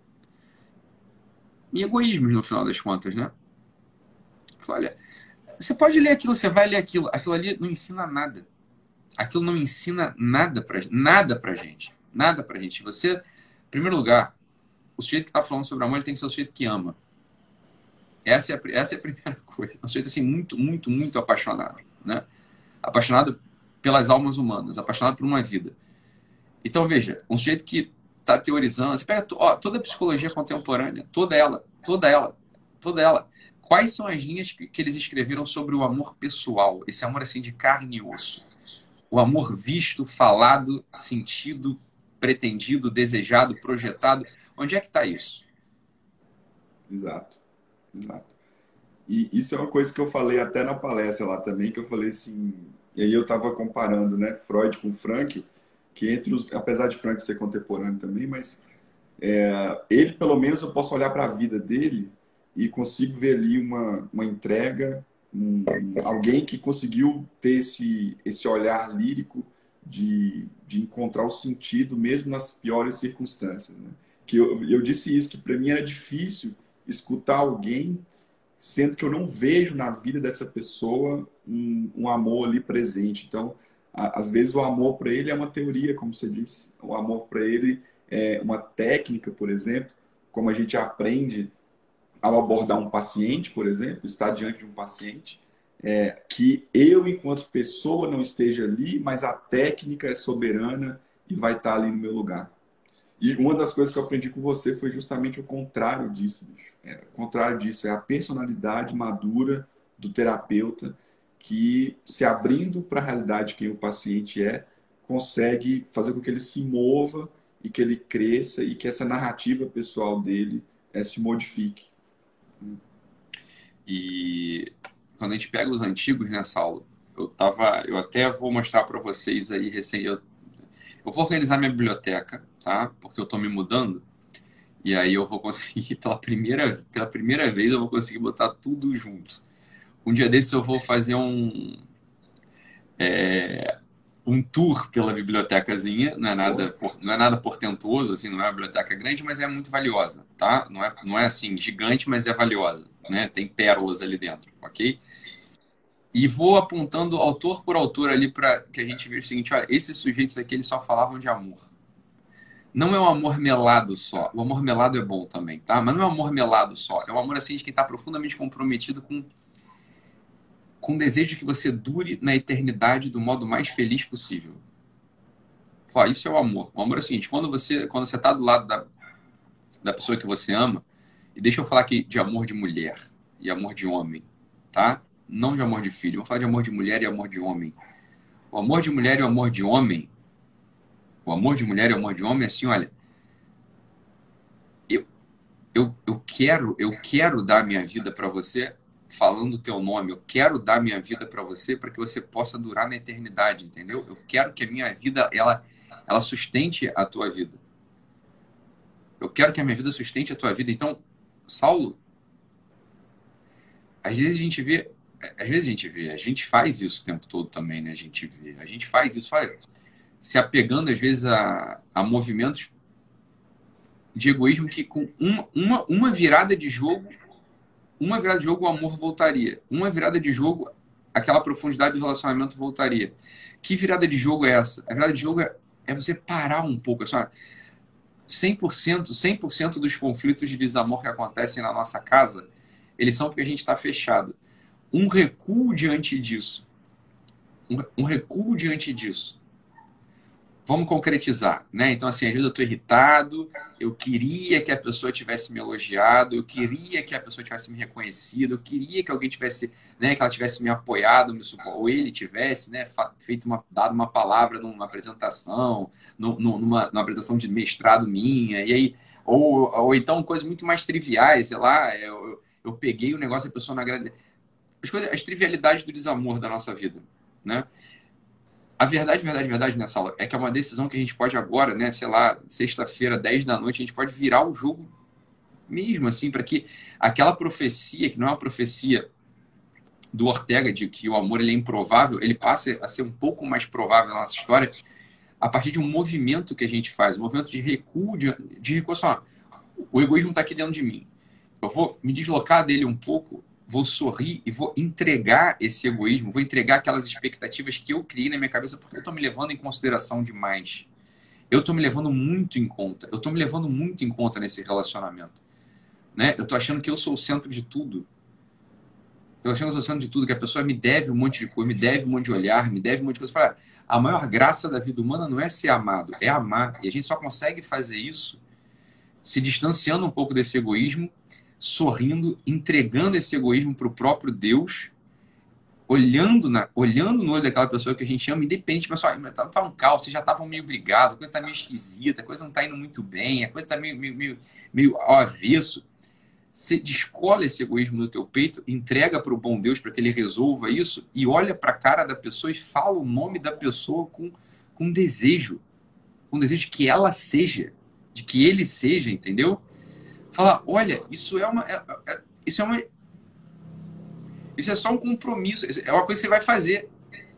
em egoísmos, no final das contas, né? Olha, você pode ler aquilo, você vai ler aquilo ali não ensina nada. Aquilo não ensina nada pra gente. Nada pra gente. Você, em primeiro lugar, o sujeito que está falando sobre amor, ele tem que ser o sujeito que ama. Essa é a primeira coisa. É um sujeito assim, muito, muito, muito apaixonado. Né? Apaixonado pelas almas humanas, apaixonado por uma vida. Então, veja, um sujeito que está teorizando, você pega toda a psicologia contemporânea, toda ela. Quais são as linhas que eles escreveram sobre o amor pessoal? Esse amor assim de carne e osso. O amor visto, falado, sentido, pretendido, desejado, projetado. Onde é que está isso? Exato, exato. E isso é uma coisa que eu falei até na palestra lá também, que eu falei assim, e aí eu estava comparando, né, Freud com Frankl, que apesar de Frankl ser contemporâneo também, mas ele, pelo menos, eu posso olhar para a vida dele e consigo ver ali uma entrega, alguém que conseguiu ter esse olhar lírico de encontrar o sentido mesmo nas piores circunstâncias. Né? Que eu disse isso, que para mim era difícil escutar alguém, sendo que eu não vejo na vida dessa pessoa um amor ali presente. Então, às vezes o amor para ele é uma teoria, como você disse. O amor para ele é uma técnica, por exemplo, como a gente aprende ao abordar um paciente, por exemplo, estar diante de um paciente, que eu, enquanto pessoa, não esteja ali, mas a técnica é soberana e vai estar ali no meu lugar. E uma das coisas que eu aprendi com você foi justamente o contrário disso, bicho. O contrário disso, é a personalidade madura do terapeuta, que se abrindo para a realidade de quem o paciente é, consegue fazer com que ele se mova e que ele cresça e que essa narrativa pessoal dele se modifique. E quando a gente pega os antigos, né, Saulo? Eu até vou mostrar para vocês aí eu vou organizar minha biblioteca, tá? Porque eu estou me mudando. E aí eu vou conseguir, pela primeira vez, eu vou conseguir botar tudo junto. Um dia desses eu vou fazer um tour pela bibliotecazinha. Não é nada portentoso, assim, não é uma biblioteca grande, mas é muito valiosa, tá? Não é assim, gigante, mas é valiosa, né? Tem pérolas ali dentro, ok? E vou apontando autor por autor ali para que a gente veja o seguinte: olha, esses sujeitos aqui eles só falavam de amor. Não é um amor melado só. O amor melado é bom também, tá? Mas não é um amor melado só. É um amor assim de quem está profundamente comprometido com o desejo que você dure na eternidade do modo mais feliz possível. Ó, isso é o amor. O amor é o seguinte: quando você está do lado da pessoa que você ama, e deixa eu falar aqui de amor de mulher e amor de homem, tá? Não de amor de filho. Vou falar de amor de mulher e amor de homem. O amor de mulher e o amor de homem, o amor de mulher e o amor de homem é assim, olha, eu quero dar minha vida para você falando o teu nome. Eu quero dar minha vida para você para que você possa durar na eternidade, entendeu? Eu quero que a minha vida, ela sustente a tua vida. Eu quero que a minha vida sustente a tua vida. Então, Saulo, às vezes a gente faz isso o tempo todo também, né? A gente faz isso, olha, se apegando às vezes a movimentos de egoísmo que com uma virada de jogo o amor voltaria. Uma virada de jogo, aquela profundidade do relacionamento voltaria. Que virada de jogo é essa? A virada de jogo é você parar um pouco. Assim, 100% dos conflitos de desamor que acontecem na nossa casa, eles são porque a gente está fechado. Um recuo diante disso. Um recuo diante disso. Vamos concretizar, né? Então, assim, às vezes eu estou irritado, eu queria que a pessoa tivesse me elogiado, eu queria que a pessoa tivesse me reconhecido, eu queria que alguém tivesse, né, que ela tivesse me apoiado, ou ele tivesse, né, dado uma palavra numa apresentação, numa apresentação de mestrado minha, e aí, ou então coisas muito mais triviais, sei lá, eu peguei o negócio e a pessoa não agradeceu. As trivialidades do desamor da nossa vida, né? A verdade nessa aula é que é uma decisão que a gente pode agora, né, sei lá, sexta-feira, 10 da noite, a gente pode virar o jogo mesmo, assim, para que aquela profecia, que não é uma profecia do Ortega, de que o amor ele é improvável, ele passe a ser um pouco mais provável na nossa história a partir de um movimento que a gente faz, um movimento de recuo, de recuo, só, o egoísmo está aqui dentro de mim. Eu vou me deslocar dele um pouco, vou sorrir e vou entregar esse egoísmo, vou entregar aquelas expectativas que eu criei na minha cabeça porque eu estou me levando em consideração demais. Eu estou me levando muito em conta. Eu estou me levando muito em conta nesse relacionamento. Né? Eu estou achando que eu sou o centro de tudo. Eu estou achando que eu sou o centro de tudo, que a pessoa me deve um monte de coisa, me deve um monte de olhar, me deve um monte de coisa. Fala, a maior graça da vida humana não é ser amado, é amar. E a gente só consegue fazer isso se distanciando um pouco desse egoísmo, sorrindo, entregando esse egoísmo para o próprio Deus, olhando no olho daquela pessoa que a gente ama, independente, mas só, tá um caos, vocês já estavam meio brigados, a coisa está meio esquisita, a coisa não está indo muito bem, a coisa está meio ao avesso. Você descola esse egoísmo no teu peito, entrega para o bom Deus para que ele resolva isso e olha para a cara da pessoa e fala o nome da pessoa com desejo que ela seja, de que ele seja, entendeu? Fala, olha, isso é só um compromisso, é uma coisa que você vai fazer.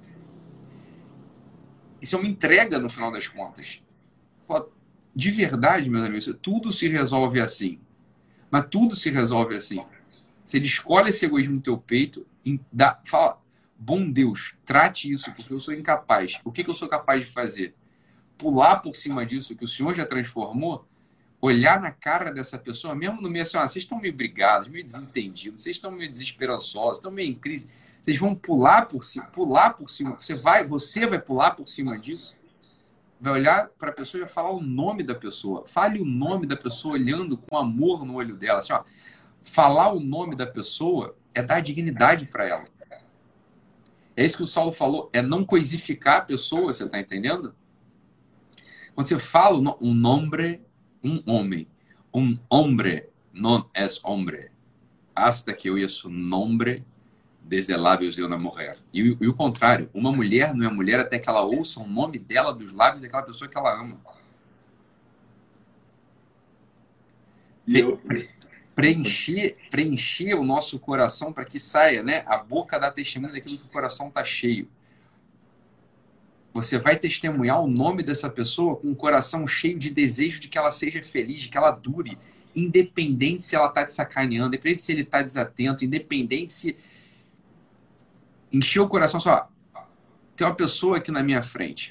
Isso é uma entrega no final das contas. Fala, de verdade, meus amigos, tudo se resolve assim. Mas tudo se resolve assim. Você escolhe esse egoísmo no teu peito e fala, bom Deus, trate isso, porque eu sou incapaz. O que eu sou capaz de fazer? Pular por cima disso, que o Senhor já transformou, olhar na cara dessa pessoa, mesmo no meio assim, vocês estão meio brigados, meio desentendidos, vocês estão meio desesperançosos, estão meio em crise, vocês vão pular por cima, você vai pular por cima disso, vai olhar para a pessoa e vai falar o nome da pessoa, fale o nome da pessoa olhando com amor no olho dela, assim, ó, falar o nome da pessoa é dar dignidade para ela. É isso que o Saulo falou, é não coisificar a pessoa, você está entendendo? Quando você fala um nombre, um hombre não é hombre, hasta que eu isso nombre desde lábios de uma mulher. E o contrário, uma mulher não é mulher até que ela ouça o nome dela dos lábios daquela pessoa que ela ama. E eu, Preencher o nosso coração para que saia, né? A boca dá testemunho daquilo que o coração está cheio. Você vai testemunhar o nome dessa pessoa com um coração cheio de desejo de que ela seja feliz, de que ela dure, independente se ela está te sacaneando, independente se ele está desatento, independente se encher o coração só. Tem uma pessoa aqui na minha frente.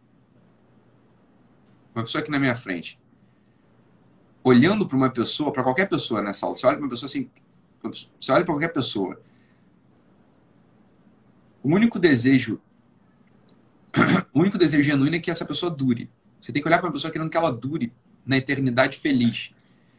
Uma pessoa aqui na minha frente. Olhando para uma pessoa, para qualquer pessoa nessa aula, você olha para uma pessoa assim, você olha para qualquer pessoa. O único desejo genuíno é que essa pessoa dure. Você tem que olhar para uma pessoa querendo que ela dure na eternidade feliz.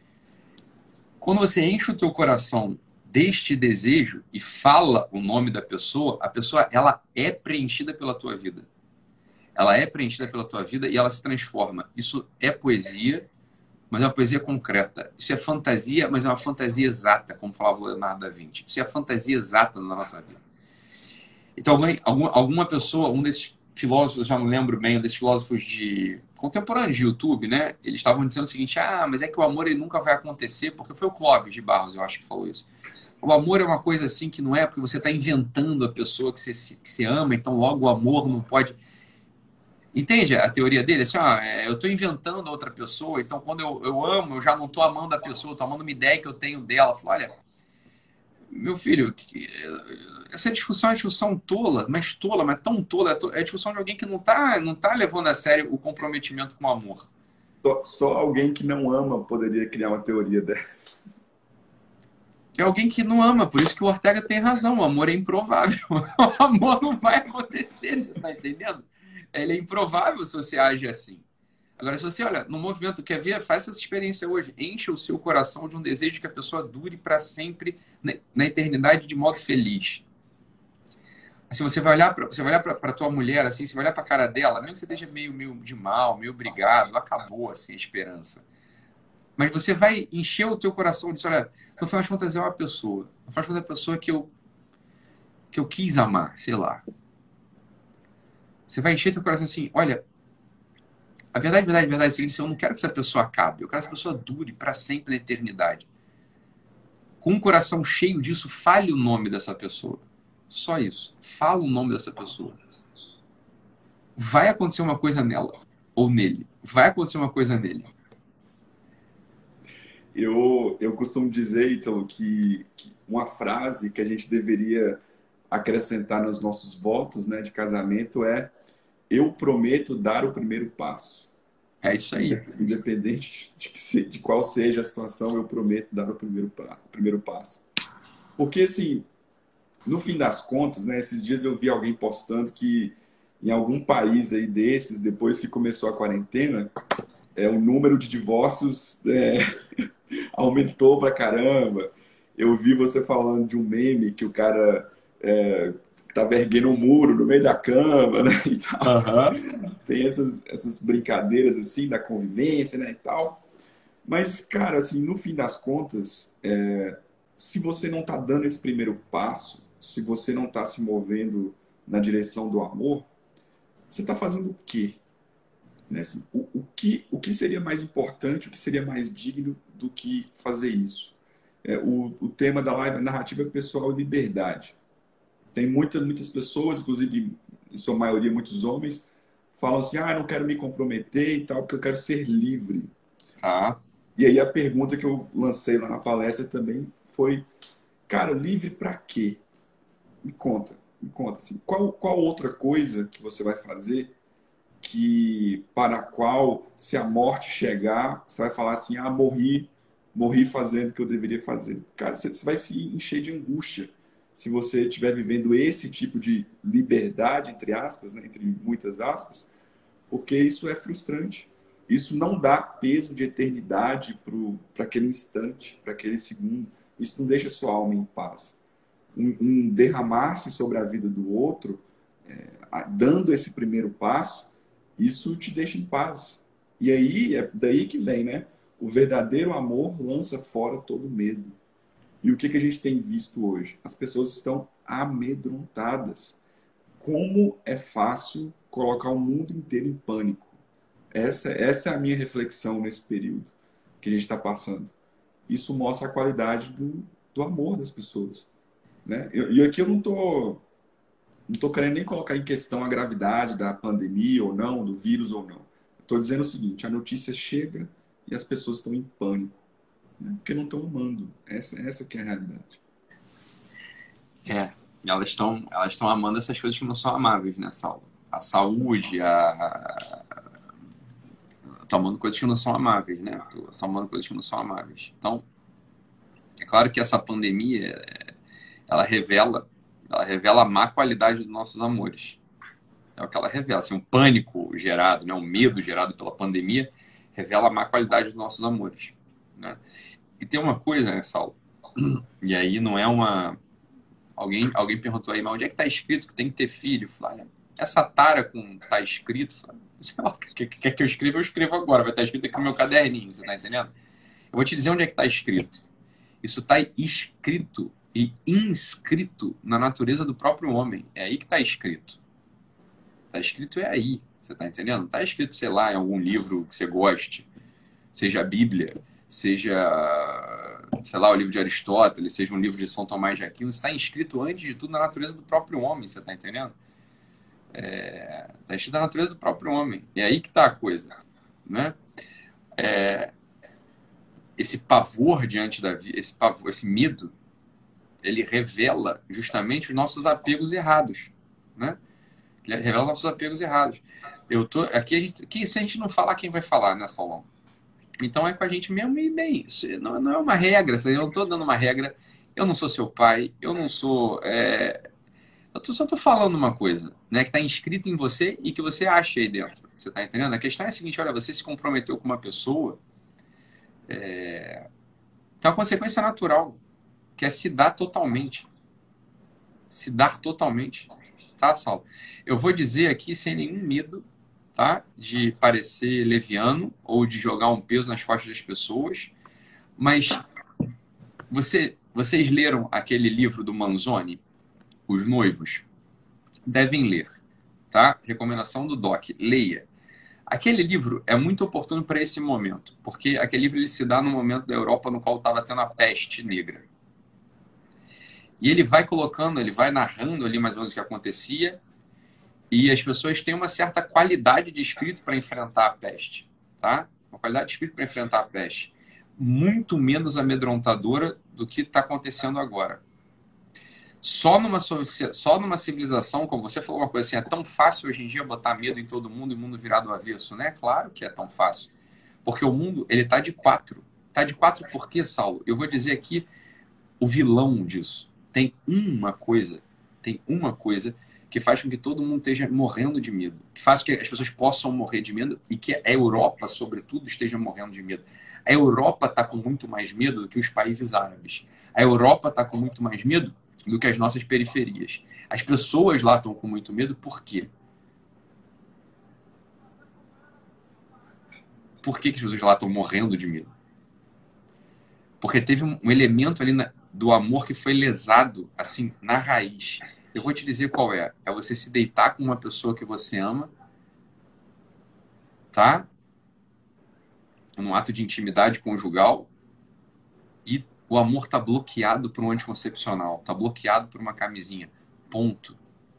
Quando você enche o teu coração deste desejo e fala o nome da pessoa, a pessoa ela é preenchida pela tua vida. Ela é preenchida pela tua vida e ela se transforma. Isso é poesia, mas é uma poesia concreta. Isso é fantasia, mas é uma fantasia exata, como falava o Leonardo da Vinci. Isso é a fantasia exata na nossa vida. Então, alguma pessoa, um desses filósofos, eu já não lembro bem, um desses filósofos contemporâneos de YouTube, né? Eles estavam dizendo o seguinte, mas é que o amor ele nunca vai acontecer, porque foi o Clóvis de Barros, eu acho que falou isso. O amor é uma coisa assim que não é porque você está inventando a pessoa que você ama, então logo o amor não pode... Entende a teoria dele? Assim, eu estou inventando outra pessoa, então quando eu amo, eu já não estou amando a pessoa, estou amando uma ideia que eu tenho dela. Falo, olha, meu filho, essa discussão é uma discussão tola, mas tão tola. É a discussão de alguém que não tá levando a sério o comprometimento com o amor. só alguém que não ama poderia criar uma teoria dessa. É alguém que não ama, por isso que o Ortega tem razão, o amor é improvável. O amor não vai acontecer, você tá entendendo? Ele é improvável se você age assim. Agora, se você olha no movimento, quer ver, faz essa experiência hoje. Encha o seu coração de um desejo que a pessoa dure para sempre na eternidade de modo feliz. Assim, você vai olhar para tua mulher, assim, você vai olhar para a cara dela, mesmo que você esteja meio de mal, meio brigado, acabou assim, a esperança. Mas você vai encher o teu coração disso, olha, no final das contas é uma pessoa. No final das contas é uma pessoa que eu quis amar, sei lá. Você vai encher teu coração assim, olha, a verdade é a seguinte, eu não quero que essa pessoa acabe, eu quero que essa pessoa dure para sempre na eternidade. Com um coração cheio disso, fale o nome dessa pessoa. Só isso. Fala o nome dessa pessoa. Vai acontecer uma coisa nela ou nele. Vai acontecer uma coisa nele. Eu costumo dizer, então, que uma frase que a gente deveria acrescentar nos nossos votos, né, de casamento é: eu prometo dar o primeiro passo. É isso aí. Independente de qual seja a situação, eu prometo dar o primeiro passo. Porque, assim, no fim das contas, né, esses dias eu vi alguém postando que em algum país aí desses, depois que começou a quarentena, o número de divórcios aumentou pra caramba. Eu vi você falando de um meme que o cara tava erguendo um muro no meio da cama, né, e tal. Tem essas brincadeiras assim da convivência, né, e tal. Mas, cara, assim, no fim das contas, se você não tá dando esse primeiro passo, se você não tá se movendo na direção do amor, você tá fazendo o quê? Né? Assim, o que seria mais importante, o que seria mais digno do que fazer isso? O tema da live é narrativa pessoal e liberdade. Tem muitas pessoas, inclusive em sua maioria muitos homens, falam assim, eu não quero me comprometer e tal, porque eu quero ser livre. E aí a pergunta que eu lancei lá na palestra também foi, cara, livre para quê? Me conta assim, qual outra coisa que você vai fazer para a qual, se a morte chegar, você vai falar assim, morri fazendo o que eu deveria fazer. Cara, você vai se encher de angústia se você estiver vivendo esse tipo de liberdade, entre aspas, né, entre muitas aspas, porque isso é frustrante. Isso não dá peso de eternidade para aquele instante, para aquele segundo. isso não deixa sua alma em paz. Um derramar-se sobre a vida do outro, dando esse primeiro passo, isso te deixa em paz. E aí, é daí que vem, né? O verdadeiro amor lança fora todo medo. E o que a gente tem visto hoje? As pessoas estão amedrontadas. Como é fácil colocar o mundo inteiro em pânico. Essa é a minha reflexão nesse período que a gente está passando. Isso mostra a qualidade do amor das pessoas, né? E aqui eu não tô querendo nem colocar em questão a gravidade da pandemia ou não, do vírus ou não. Estou dizendo o seguinte: a notícia chega e as pessoas estão em pânico, né? Porque não estão amando. Essa que é a realidade. É, elas estão amando essas coisas que não são amáveis, né, Saulo? A saúde, tomando coisas que não são amáveis, né? Tomando coisas que não são amáveis. Então, é claro que essa pandemia, ela revela a má qualidade dos nossos amores. É o que ela revela. Assim, um pânico gerado, né? Um medo gerado pela pandemia revela a má qualidade dos nossos amores, né? E tem uma coisa, né, Saulo? E aí não é uma... Alguém perguntou aí, mas onde é que está escrito que tem que ter filho? Eu falei, olha, essa tara com tá escrito, quer que eu escreva, eu escrevo agora. Vai estar escrito aqui no meu caderninho, você tá entendendo? Eu vou te dizer onde é que está escrito. Isso está escrito e inscrito na natureza do próprio homem. É aí que está escrito. Está escrito é aí, você tá entendendo? Não está escrito, sei lá, em algum livro que você goste, seja a Bíblia, seja, sei lá, o livro de Aristóteles, seja um livro de São Tomás de Aquino. Está inscrito antes de tudo na natureza do próprio homem, você está entendendo? Está escrito na natureza do próprio homem. E é aí que está a coisa, né? Esse pavor diante da vida, esse medo, ele revela justamente os nossos apegos errados, né? Ele revela nossos apegos errados. Aqui se a gente não falar, quem vai falar, né, Saulão? Então é com a gente mesmo e bem, isso não é uma regra, eu não estou dando uma regra, eu não sou seu pai, eu não sou... só estou falando uma coisa, né, que está inscrito em você e que você acha aí dentro, você está entendendo? A questão é a seguinte, olha, você se comprometeu com uma pessoa, tem uma consequência natural, que é se dar totalmente. Se dar totalmente. Tá, Saulo? Eu vou dizer aqui sem nenhum medo, tá? De parecer leviano ou de jogar um peso nas costas das pessoas. Mas vocês leram aquele livro do Manzoni, Os Noivos? Devem ler, tá? Recomendação do Doc. Leia. Aquele livro é muito oportuno para esse momento, porque aquele livro ele se dá no momento da Europa no qual estava tendo a peste negra. E ele vai colocando, ele vai narrando ali mais ou menos o que acontecia, e as pessoas têm uma certa qualidade de espírito para enfrentar a peste, tá? Uma qualidade de espírito para enfrentar a peste. Muito menos amedrontadora do que está acontecendo agora. Só numa civilização, como você falou uma coisa assim, é tão fácil hoje em dia botar medo em todo mundo e o mundo virar do avesso, né? Claro que é tão fácil. Porque o mundo, ele tá de 4. Tá de 4 por quê, Saulo? Eu vou dizer aqui o vilão disso. Tem uma coisa que faz com que todo mundo esteja morrendo de medo. Que faz com que as pessoas possam morrer de medo e que a Europa, sobretudo, esteja morrendo de medo. A Europa está com muito mais medo do que os países árabes. A Europa está com muito mais medo do que as nossas periferias. As pessoas lá estão com muito medo, por quê? Por que as pessoas lá estão morrendo de medo? Porque teve um elemento ali do amor que foi lesado, assim, na raiz. Eu vou te dizer qual é. É você se deitar com uma pessoa que você ama, tá? Num ato de intimidade conjugal, e o amor tá bloqueado por um anticoncepcional, tá bloqueado por uma camisinha. Ponto.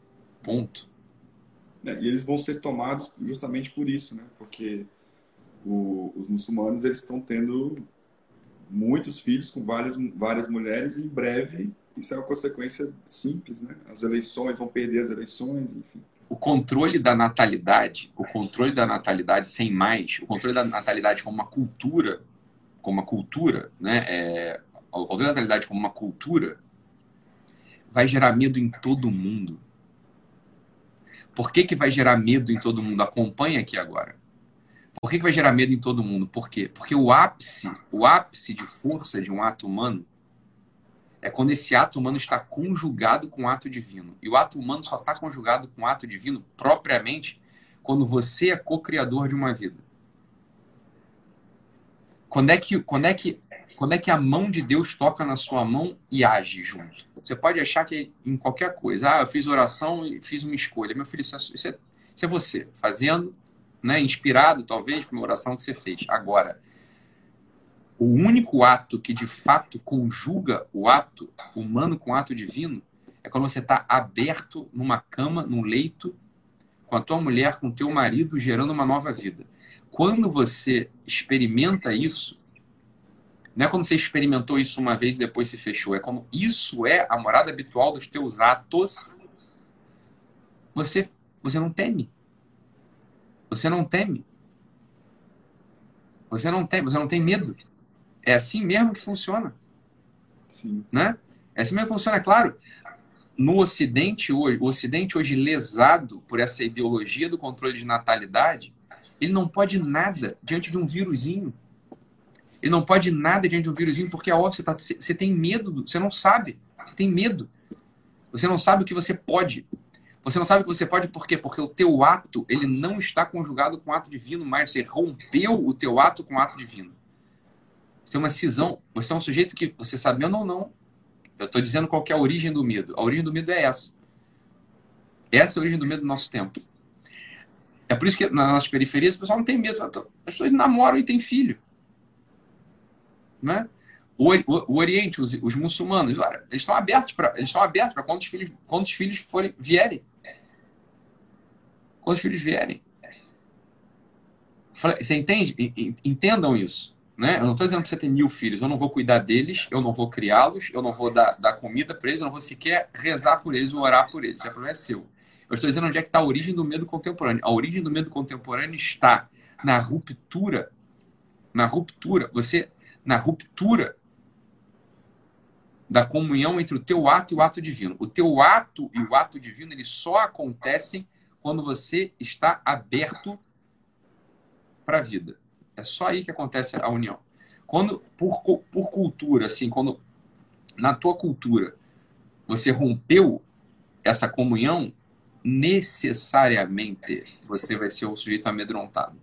E eles vão ser tomados justamente por isso, né? Porque os muçulmanos, eles estão tendo muitos filhos com várias mulheres, e em breve isso é uma consequência simples, né? As eleições, vão perder as eleições, enfim. O controle da natalidade sem mais, o controle da natalidade como uma cultura, né? O controle da natalidade como uma cultura vai gerar medo em todo mundo. Por que vai gerar medo em todo mundo? Acompanha aqui agora. Por que vai gerar medo em todo mundo? Por quê? Porque o ápice de força de um ato humano é quando esse ato humano está conjugado com o ato divino. E o ato humano só está conjugado com o ato divino propriamente quando você é co-criador de uma vida. Quando é que a mão de Deus toca na sua mão e age junto? Você pode achar que é em qualquer coisa. Ah, eu fiz oração e fiz uma escolha. Meu filho, isso é você fazendo, né, inspirado talvez por uma oração que você fez. Agora, o único ato que de fato conjuga o ato humano com o ato divino é quando você está aberto numa cama, num leito, com a tua mulher, com o teu marido, gerando uma nova vida. Quando você experimenta isso, não é quando você experimentou isso uma vez e depois se fechou, é quando isso é a morada habitual dos teus atos, você não teme. Você não teme. Você não tem medo. É assim mesmo que funciona. Sim. Né? É assim mesmo que funciona, é claro. No Ocidente hoje, o Ocidente hoje lesado por essa ideologia do controle de natalidade, ele não pode nada diante de um vírusinho. Ele não pode nada diante de um vírusinho, porque é óbvio, você tem medo, você não sabe. Você tem medo. Você não sabe o que você pode. Você não sabe o que você pode por quê? Porque o teu ato, ele não está conjugado com o ato divino mais. Você rompeu o teu ato com o ato divino. Você tem uma cisão. Você é um sujeito que, você sabendo ou não, eu estou dizendo qual que é a origem do medo. A origem do medo é essa. Essa é a origem do medo do nosso tempo. É por isso que nas nossas periferias o pessoal não tem medo. As pessoas namoram e têm filho. Né? O Oriente, os muçulmanos, eles estão abertos para quantos filhos vierem. Quantos filhos vierem. Você entende? Entendam isso. Né? Eu não estou dizendo para você ter 1000 filhos. Eu não vou cuidar deles, eu não vou criá-los, eu não vou dar comida para eles, eu não vou sequer rezar por eles ou orar por eles. Esse problema é seu. Eu estou dizendo onde é que está a origem do medo contemporâneo. A origem do medo contemporâneo está na ruptura. Na ruptura da comunhão entre o teu ato e o ato divino. O teu ato e o ato divino, eles só acontecem quando você está aberto para a vida. É só aí que acontece a união. Quando, por cultura, assim, quando na tua cultura você rompeu essa comunhão, necessariamente você vai ser um sujeito amedrontado.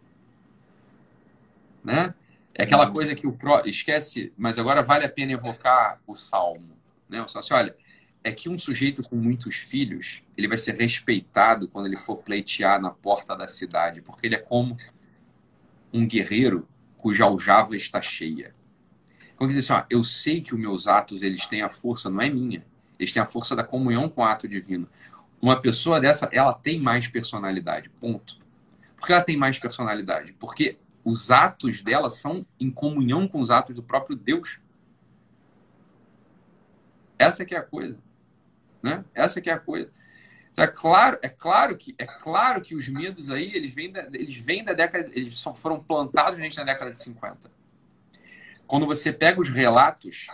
Né? É aquela coisa que esquece, mas agora vale a pena evocar o Salmo. Né? O Salmo, assim, olha, é que um sujeito com muitos filhos, ele vai ser respeitado quando ele for pleitear na porta da cidade, porque ele é como um guerreiro cuja aljava está cheia. Quando ele diz assim, ó, eu sei que os meus atos, eles têm a força, não é minha, eles têm a força da comunhão com o ato divino. Uma pessoa dessa, ela tem mais personalidade, ponto. Por que ela tem mais personalidade? Porque os atos dela são em comunhão com os atos do próprio Deus. Essa que é a coisa. Né? Essa que é a coisa. É claro que os medos aí, eles vêm da década, foram plantados na década de 50. Quando você pega os relatos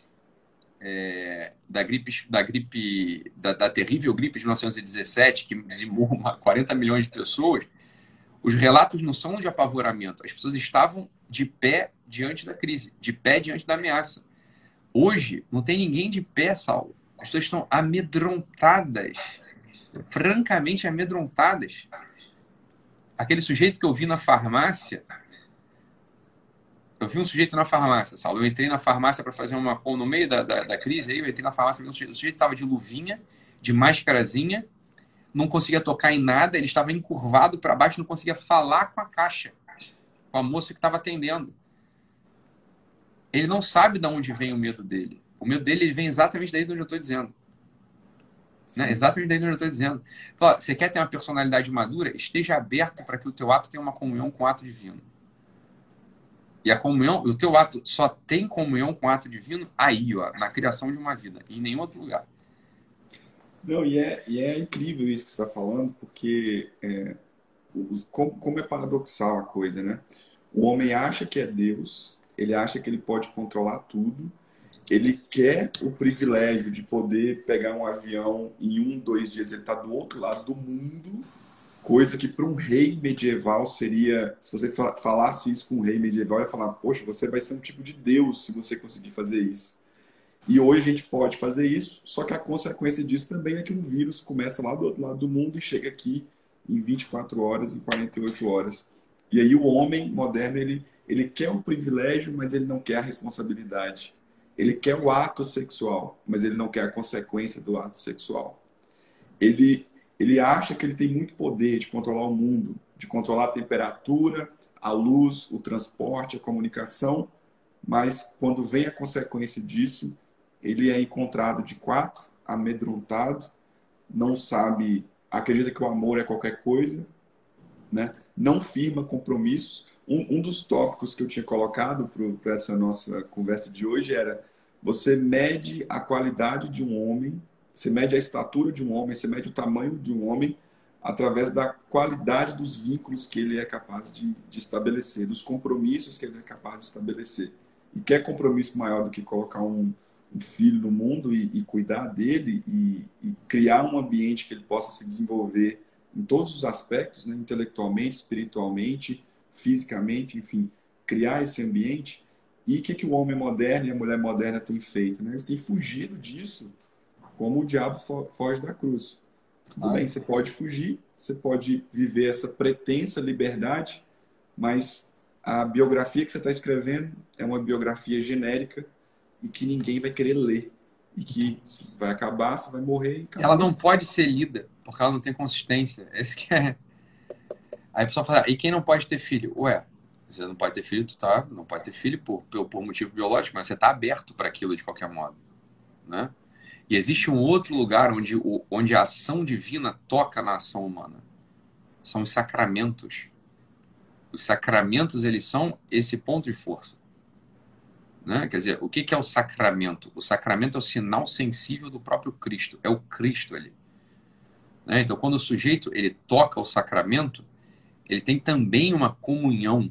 da terrível gripe de 1917, que dizimou 40 milhões de pessoas, os relatos não são de apavoramento. As pessoas estavam de pé diante da crise, de pé diante da ameaça. Hoje, não tem ninguém de pé, Saulo. As pessoas estão amedrontadas, francamente amedrontadas. Aquele sujeito que eu vi na farmácia, Saulo. Eu entrei na farmácia para fazer uma no meio da crise, aí eu entrei na farmácia, o sujeito estava de luvinha, de máscarazinha, não conseguia tocar em nada, ele estava encurvado para baixo, não conseguia falar com a caixa, com a moça que estava atendendo. Ele não sabe de onde vem o medo dele. O medo dele ele vem exatamente daí de onde eu estou dizendo. Né? Exatamente daí de onde eu estou dizendo. Fala, você quer ter uma personalidade madura? Esteja aberto para que o teu ato tenha uma comunhão com o ato divino. E a comunhão, o teu ato só tem comunhão com o ato divino aí, ó, na criação de uma vida, em nenhum outro lugar. Não, e é incrível isso que você está falando, porque como é paradoxal a coisa, né? O homem acha que é Deus, ele acha que ele pode controlar tudo, ele quer o privilégio de poder pegar um avião em 1, 2 dias, ele está do outro lado do mundo, coisa que para um rei medieval seria, se você falasse isso com um rei medieval, ia falar, poxa, você vai ser um tipo de Deus se você conseguir fazer isso. E hoje a gente pode fazer isso, só que a consequência disso também é que o vírus começa lá do outro lado do mundo e chega aqui em 24 horas, em 48 horas. E aí o homem moderno, ele quer o privilégio, mas ele não quer a responsabilidade. Ele quer o ato sexual, mas ele não quer a consequência do ato sexual. Ele acha que ele tem muito poder de controlar o mundo, de controlar a temperatura, a luz, o transporte, a comunicação, mas quando vem a consequência disso, ele é encontrado de quatro, amedrontado, não sabe, acredita que o amor é qualquer coisa, né? Não firma compromissos. Um dos tópicos que eu tinha colocado para essa nossa conversa de hoje era: você mede a qualidade de um homem, você mede a estatura de um homem, você mede o tamanho de um homem através da qualidade dos vínculos que ele é capaz de estabelecer, dos compromissos que ele é capaz de estabelecer. E quer compromisso maior do que colocar um filho no mundo e cuidar dele e criar um ambiente que ele possa se desenvolver em todos os aspectos, né? Intelectualmente, espiritualmente, fisicamente, enfim, criar esse ambiente. E o que o homem moderno e a mulher moderna têm feito? Né? Eles têm fugido disso como o diabo foge da cruz. Tudo bem, você pode fugir, você pode viver essa pretensa liberdade, mas a biografia que você está escrevendo é uma biografia genérica e que ninguém vai querer ler. E que vai acabar, você vai morrer e acabou. Ela não pode ser lida, porque ela não tem consistência. Esse que é... Aí a pessoa fala, e quem não pode ter filho? Ué, você não pode ter filho, não pode ter filho por motivo biológico, mas você está aberto para aquilo de qualquer modo, né? E existe um outro lugar onde a ação divina toca na ação humana. São os sacramentos. Os sacramentos, eles são esse ponto de força. Né? Quer dizer, o que é o sacramento? O sacramento é o sinal sensível do próprio Cristo. É o Cristo ali. Né? Então, quando o sujeito ele toca o sacramento, ele tem também uma comunhão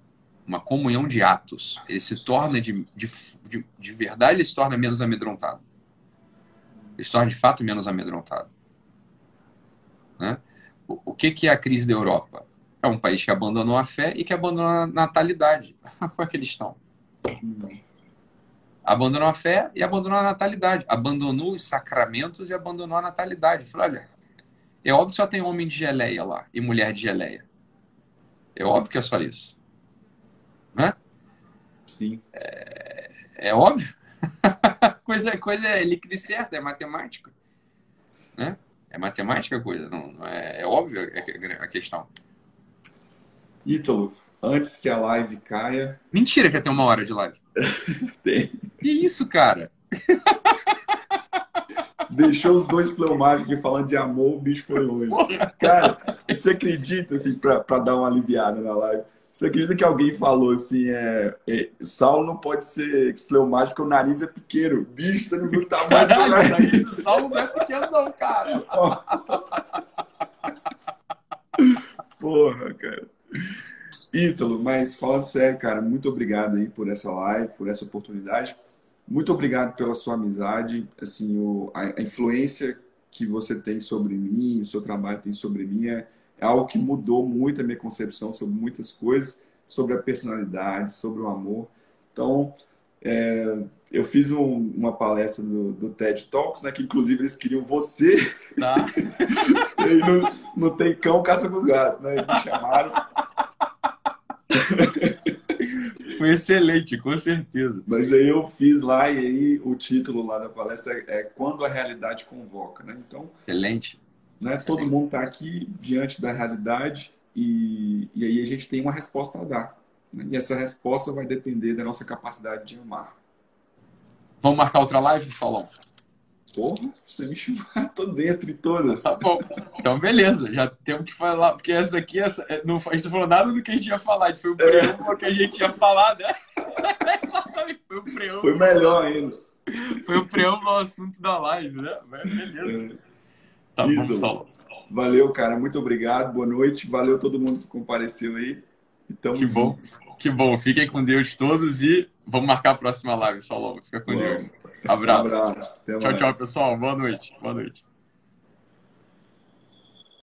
de atos. Ele se torna, de verdade, ele se torna menos amedrontado. Ele se torna, de fato, menos amedrontado. Né? O que é a crise da Europa? É um país que abandonou a fé e que abandonou a natalidade. Como é que eles estão? Abandonou a fé e abandonou a natalidade. Abandonou os sacramentos e abandonou a natalidade. Falei, olha, é óbvio que só tem homem de geleia lá e mulher de geleia. É óbvio que é só isso. Né? Sim. É óbvio. coisa é líquido e certo, é matemática. Né? É matemática a coisa, não é óbvio a questão. Ítalo, antes que a live caia... Mentira que ia ter 1 hora de live. Tem. Que isso, cara? Deixou os dois fleumáticos aqui falando de amor, o bicho foi longe. Cara, você acredita, assim, pra dar uma aliviada na live, você acredita que alguém falou assim, Saulo não pode ser fleumático porque o nariz é pequeno. Bicho, você não viu o tamanho do nariz. Saulo não é pequeno não, cara. Porra, cara. Ítalo, mas falando sério, cara, muito obrigado aí por essa live, por essa oportunidade. Muito obrigado pela sua amizade, assim, a influência que você tem sobre mim, o seu trabalho tem sobre mim, é algo que mudou muito a minha concepção sobre muitas coisas, sobre a personalidade, sobre o amor. Então, eu fiz uma palestra do TED Talks, né, que inclusive eles queriam você. Tá. E não tem cão, caça com gato, né? Eles me chamaram. Foi excelente, com certeza. Mas aí eu fiz lá, e aí o título lá da palestra é Quando a Realidade Convoca, né? Então, excelente. Né, todo mundo está aqui diante da realidade e aí a gente tem uma resposta a dar. Né? E essa resposta vai depender da nossa capacidade de amar. Vamos marcar outra live, Saulão? Porra, você me chamar, tô dentro de todas. Tá bom. Então, beleza. Já temos que falar, porque essa aqui, não, a gente não falou nada do que a gente ia falar. A gente foi o preâmbulo que a gente ia falar, né? Foi o preâmbulo. Foi melhor ainda. Foi o preâmbulo ao assunto da live, né? Mas beleza. Tá bom, Saulão. Valeu, cara. Muito obrigado. Boa noite. Valeu todo mundo que compareceu aí. Então, que bom. Que bom. Fiquem com Deus todos e vamos marcar a próxima live, Saulão. Fica com Deus. Abraço. Um abraço. Tchau, tchau, pessoal. Boa noite. Boa noite.